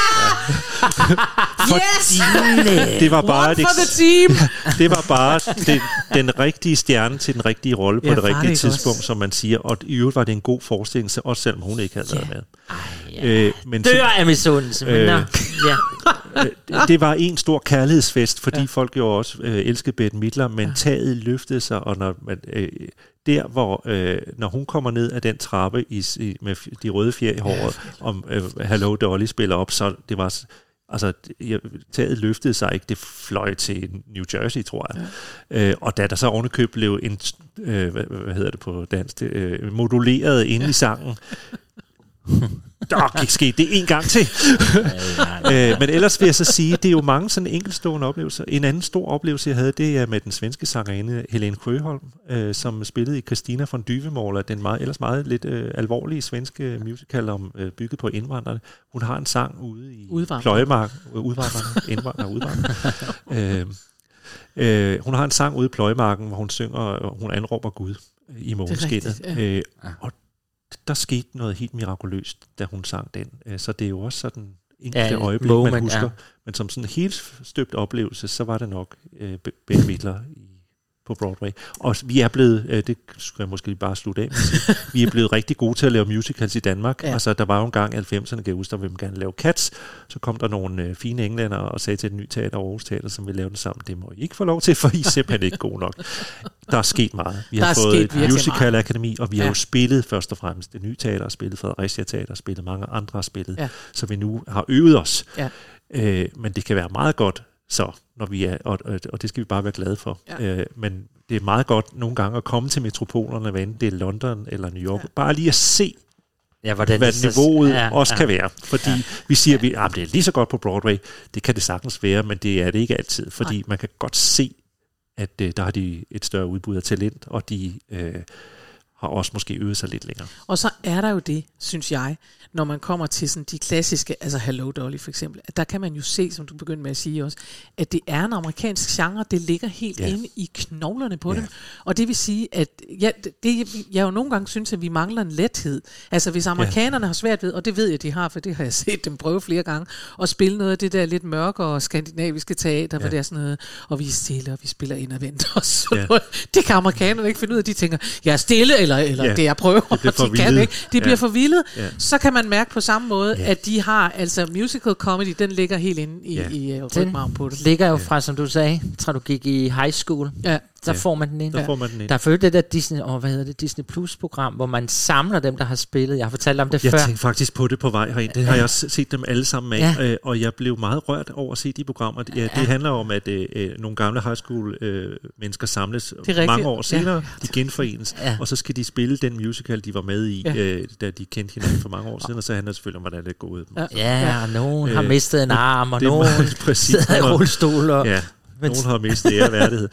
Yes! Det var bare det var bare den rigtige stjerne til den rigtige rolle på det rigtige tidspunkt, som man siger. Og i øvrigt var det en god forestilling, også selvom hun ikke havde været med. Men dør af misundelse. Det var en stor kærlighedsfest, fordi folk jo også elskede Bette Midler, men taget løftede sig, og når man... Der, hvor når hun kommer ned af den trappe med de røde fjer i håret, om Hello Dolly spiller op, så det var... Altså, taget løftede sig ikke, det fløj til New Jersey, tror jeg. Og da der så ovenikøb blev en, hvad hedder det på dansk, moduleret inde i sangen, der kan ikke ske det en gang til. Men ellers vil jeg så sige, det er jo mange sådan enkeltstående oplevelser. En anden stor oplevelse, jeg havde, det er med den svenske sangerinde Helene Sjöholm, som spillede i Christina von Duvemåla, den ellers meget lidt alvorlige svenske musical om bygget på indvandrerne. Hun har en sang ude i Pløjemarken. Hun har en sang ude i Pløjemarken, hvor hun synger, og hun anråber Gud i morgenskinnet. Og der skete noget helt mirakuløst, da hun sang den. Så det er jo også sådan enkelte øjeblik, man husker. Men som sådan en helt støbt oplevelse, så var det nok Bette Midler på Broadway. Og vi er blevet, det skulle jeg måske bare slutte af med, vi er blevet rigtig gode til at lave musicals i Danmark. Altså, der var jo en gang i 90'erne, kan jeg huske, der ville man gerne lave Cats. Så kom der nogle fine englænder og sagde til det nye teater, Aarhus Teater, som vil lave den sammen. Det må I ikke få lov til, for I er simpelthen ikke gode nok. Der er sket meget. Vi har fået et musical akademi, og vi har jo spillet først og fremmest det nye teater, spillet Fredericia Teater, spillet mange andre spillet, så vi nu har øvet os. Men det kan være meget godt, så når vi er, og det skal vi bare være glade for. Men det er meget godt nogle gange at komme til metropolerne, hvad enten det er London eller New York, bare lige at se, hvad niveauet også kan være. Fordi vi siger, at det er lige så godt på Broadway. Det kan det sagtens være, men det er det ikke altid. Fordi man kan godt se, at der har de et større udbud af talent, og de har også måske øvet sig lidt længere. Og så er der jo det, synes jeg, når man kommer til sådan de klassiske, altså Hello Dolly for eksempel, at der kan man jo se, som du begyndte med at sige også, at det er en amerikansk genre, det ligger helt inde i knoglerne på dem. Og det vil sige, at jeg jo nogle gange synes, at vi mangler en lethed. Altså hvis amerikanerne har svært ved, og det ved jeg, de har, for det har jeg set dem prøve flere gange, at spille noget af det der lidt mørkere skandinaviske teater, hvor det er sådan noget, og vi er stille, og vi spiller indadvendt og sådan noget. Det kan amerikanerne ikke finde ud af, de tænker, jeg er stille, eller det jeg prøver, de kan ikke. De bliver forvildet. Så kan man mærke på samme måde, at de har, altså musical comedy, den ligger helt inde i rygmarven på det. Den ligger jo fra, som du sagde, tror du gik i high school. Ja. Der får man den ind. Der er følt det der Disney, Disney Plus program, hvor man samler dem, der har spillet. Jeg har fortalt om det før. Jeg tænkte faktisk på det på vej herind. Det har jeg også set dem alle sammen af, og jeg blev meget rørt over at se de programmer. Det handler om, at nogle gamle high school mennesker samles mange år senere, de genforenes, og så skal de spille den musical, de var med i, da de kendte hinanden for mange år siden, og så handler det selvfølgelig om, hvordan det er gået. Og nogen har mistet en arm, og nogen sidder i rullestol, og... Nogen har mistet æreværdighed.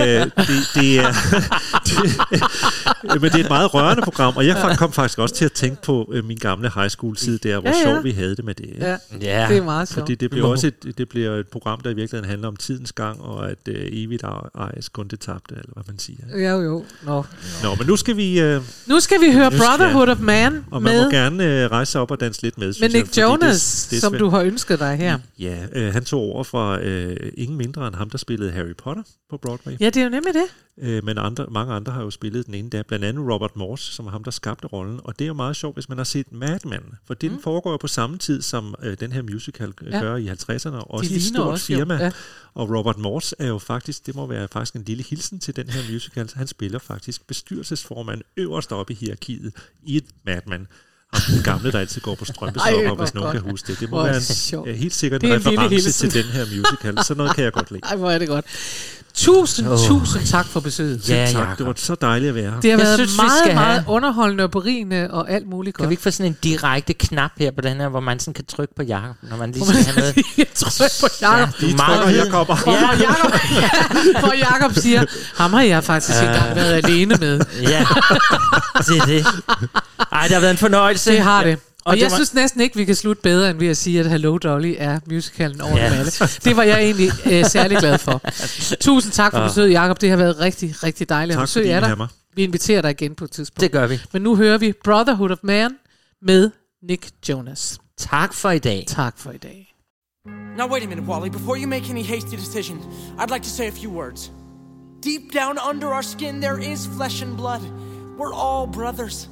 Men det er et meget rørende program, og jeg kom faktisk også til at tænke på min gamle high school tid der, hvor sjov vi havde det med det. Det er meget sjovt. Fordi det bliver også det bliver et program, der i virkeligheden handler om tidens gang, og at evigt ejes kun det tabte, eller hvad man siger. Jo. Nå, men nu skal vi høre Brotherhood of Man. Og man må gerne rejse sig op og danse lidt med. Med Nick Jonas, som du har ønsket dig her. Ja, han tog over fra ingen mindre end ham, der spillede Harry Potter på Broadway. Ja, det er jo nemlig det. Men mange andre har jo spillet den ene der, blandt andet Robert Morse, som er ham, der skabte rollen. Og det er jo meget sjovt, hvis man har set Mad Men, for den foregår jo på samme tid, som den her musical gør i 50'erne, og også i et stort firma. Ja. Og Robert Morse er jo faktisk, det må være faktisk en lille hilsen til den her musical, han spiller faktisk bestyrelsesformand øverst oppe i hierarkiet i et Mad Men. Den gamle, der altid går på strømpesokker, hvis nogen kan huske det. Det må være helt sikkert en reference til den her musical. Så noget kan jeg godt lide. Ej, hvor er det godt. Tusind tak for besøget. Tak. Det var så dejligt at være her. Det har været meget underholdende og berigende og alt muligt godt. Kan vi ikke få sådan en direkte knap her på den her, hvor man sådan kan trykke på Jakob, når man lige skal have noget? Trykke på Jakob. Du er meget her kommer. Hvor Jakob siger, ham har jeg faktisk ikke engang været alene med. Ja, det er det. Ej, det har været en fornøjelse. Det har det. Og jeg synes næsten ikke, vi kan slutte bedre, end ved at sige, at Hello Dolly er musicalen over alle. Det var jeg egentlig særlig glad for. Tusind tak for besøget, Jakob. Det har været rigtig, rigtig dejligt at besøge dig. Vi inviterer dig igen på et tidspunkt. Det gør vi. Men nu hører vi Brotherhood of Man med Nick Jonas. Tak for i dag. Tak for i dag. Now wait a minute, Wally. Before you make any hasty decision, I'd like to say a few words. Deep down under our skin, there is flesh and blood. We're all brothers.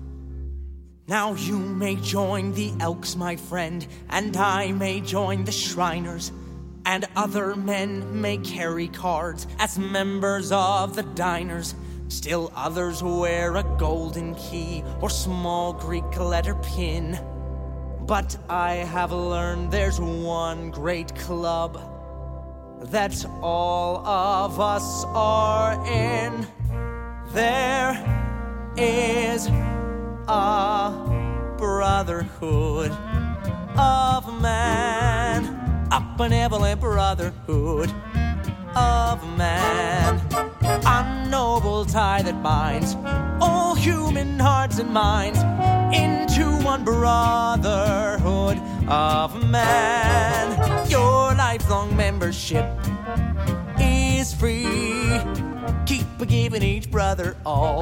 Now you may join the Elks, my friend, and I may join the Shriners, and other men may carry cards as members of the Diners. Still others wear a golden key or small Greek letter pin. But I have learned there's one great club that all of us are in. There is a brotherhood of man, a benevolent brotherhood of man, a noble tie that binds all human hearts and minds into one brotherhood of man. Your lifelong membership is free. Keep giving each brother all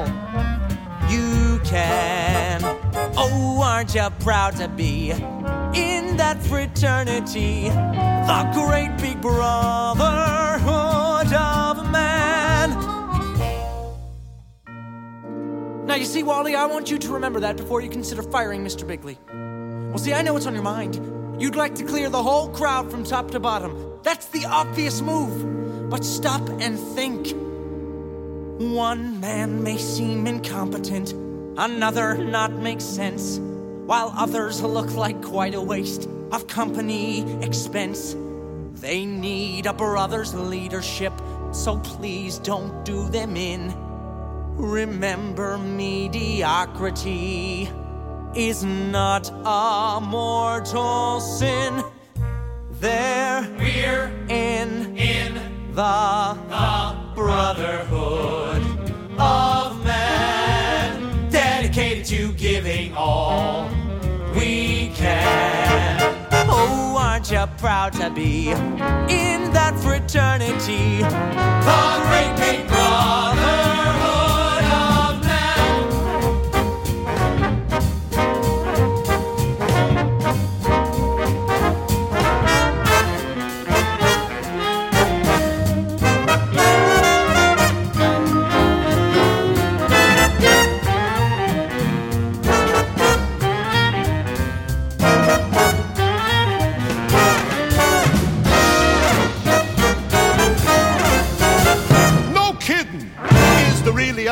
you can. Oh, aren't you proud to be in that fraternity, the great big brotherhood of man? Now you see, Wally, I want you to remember that before you consider firing Mr. Bigley. Well, see, I know what's on your mind. You'd like to clear the whole crowd from top to bottom. That's the obvious move. But stop and think. One man may seem incompetent, another not make sense, while others look like quite a waste of company expense. They need a brother's leadership, so please don't do them in. Remember, mediocrity is not a mortal sin. We're in the brotherhood of man, dedicated to giving all we can. Oh, aren't you proud to be in that fraternity, the great big brotherhood of man?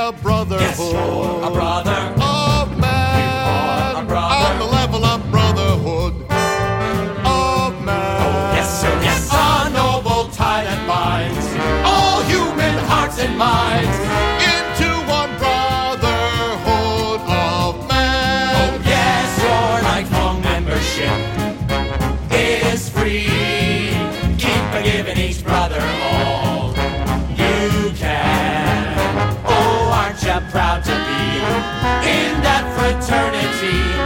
a brotherhood. Yes, you're a brother of man. A brother on the level of brotherhood of man. Oh, yes, sir, yes, sir. A noble tie that binds all human hearts and minds into one brotherhood of man. Oh, yes, your lifelong membership is free. Keep giving each brother all you can. Oh, aren't you proud to be in that fraternity?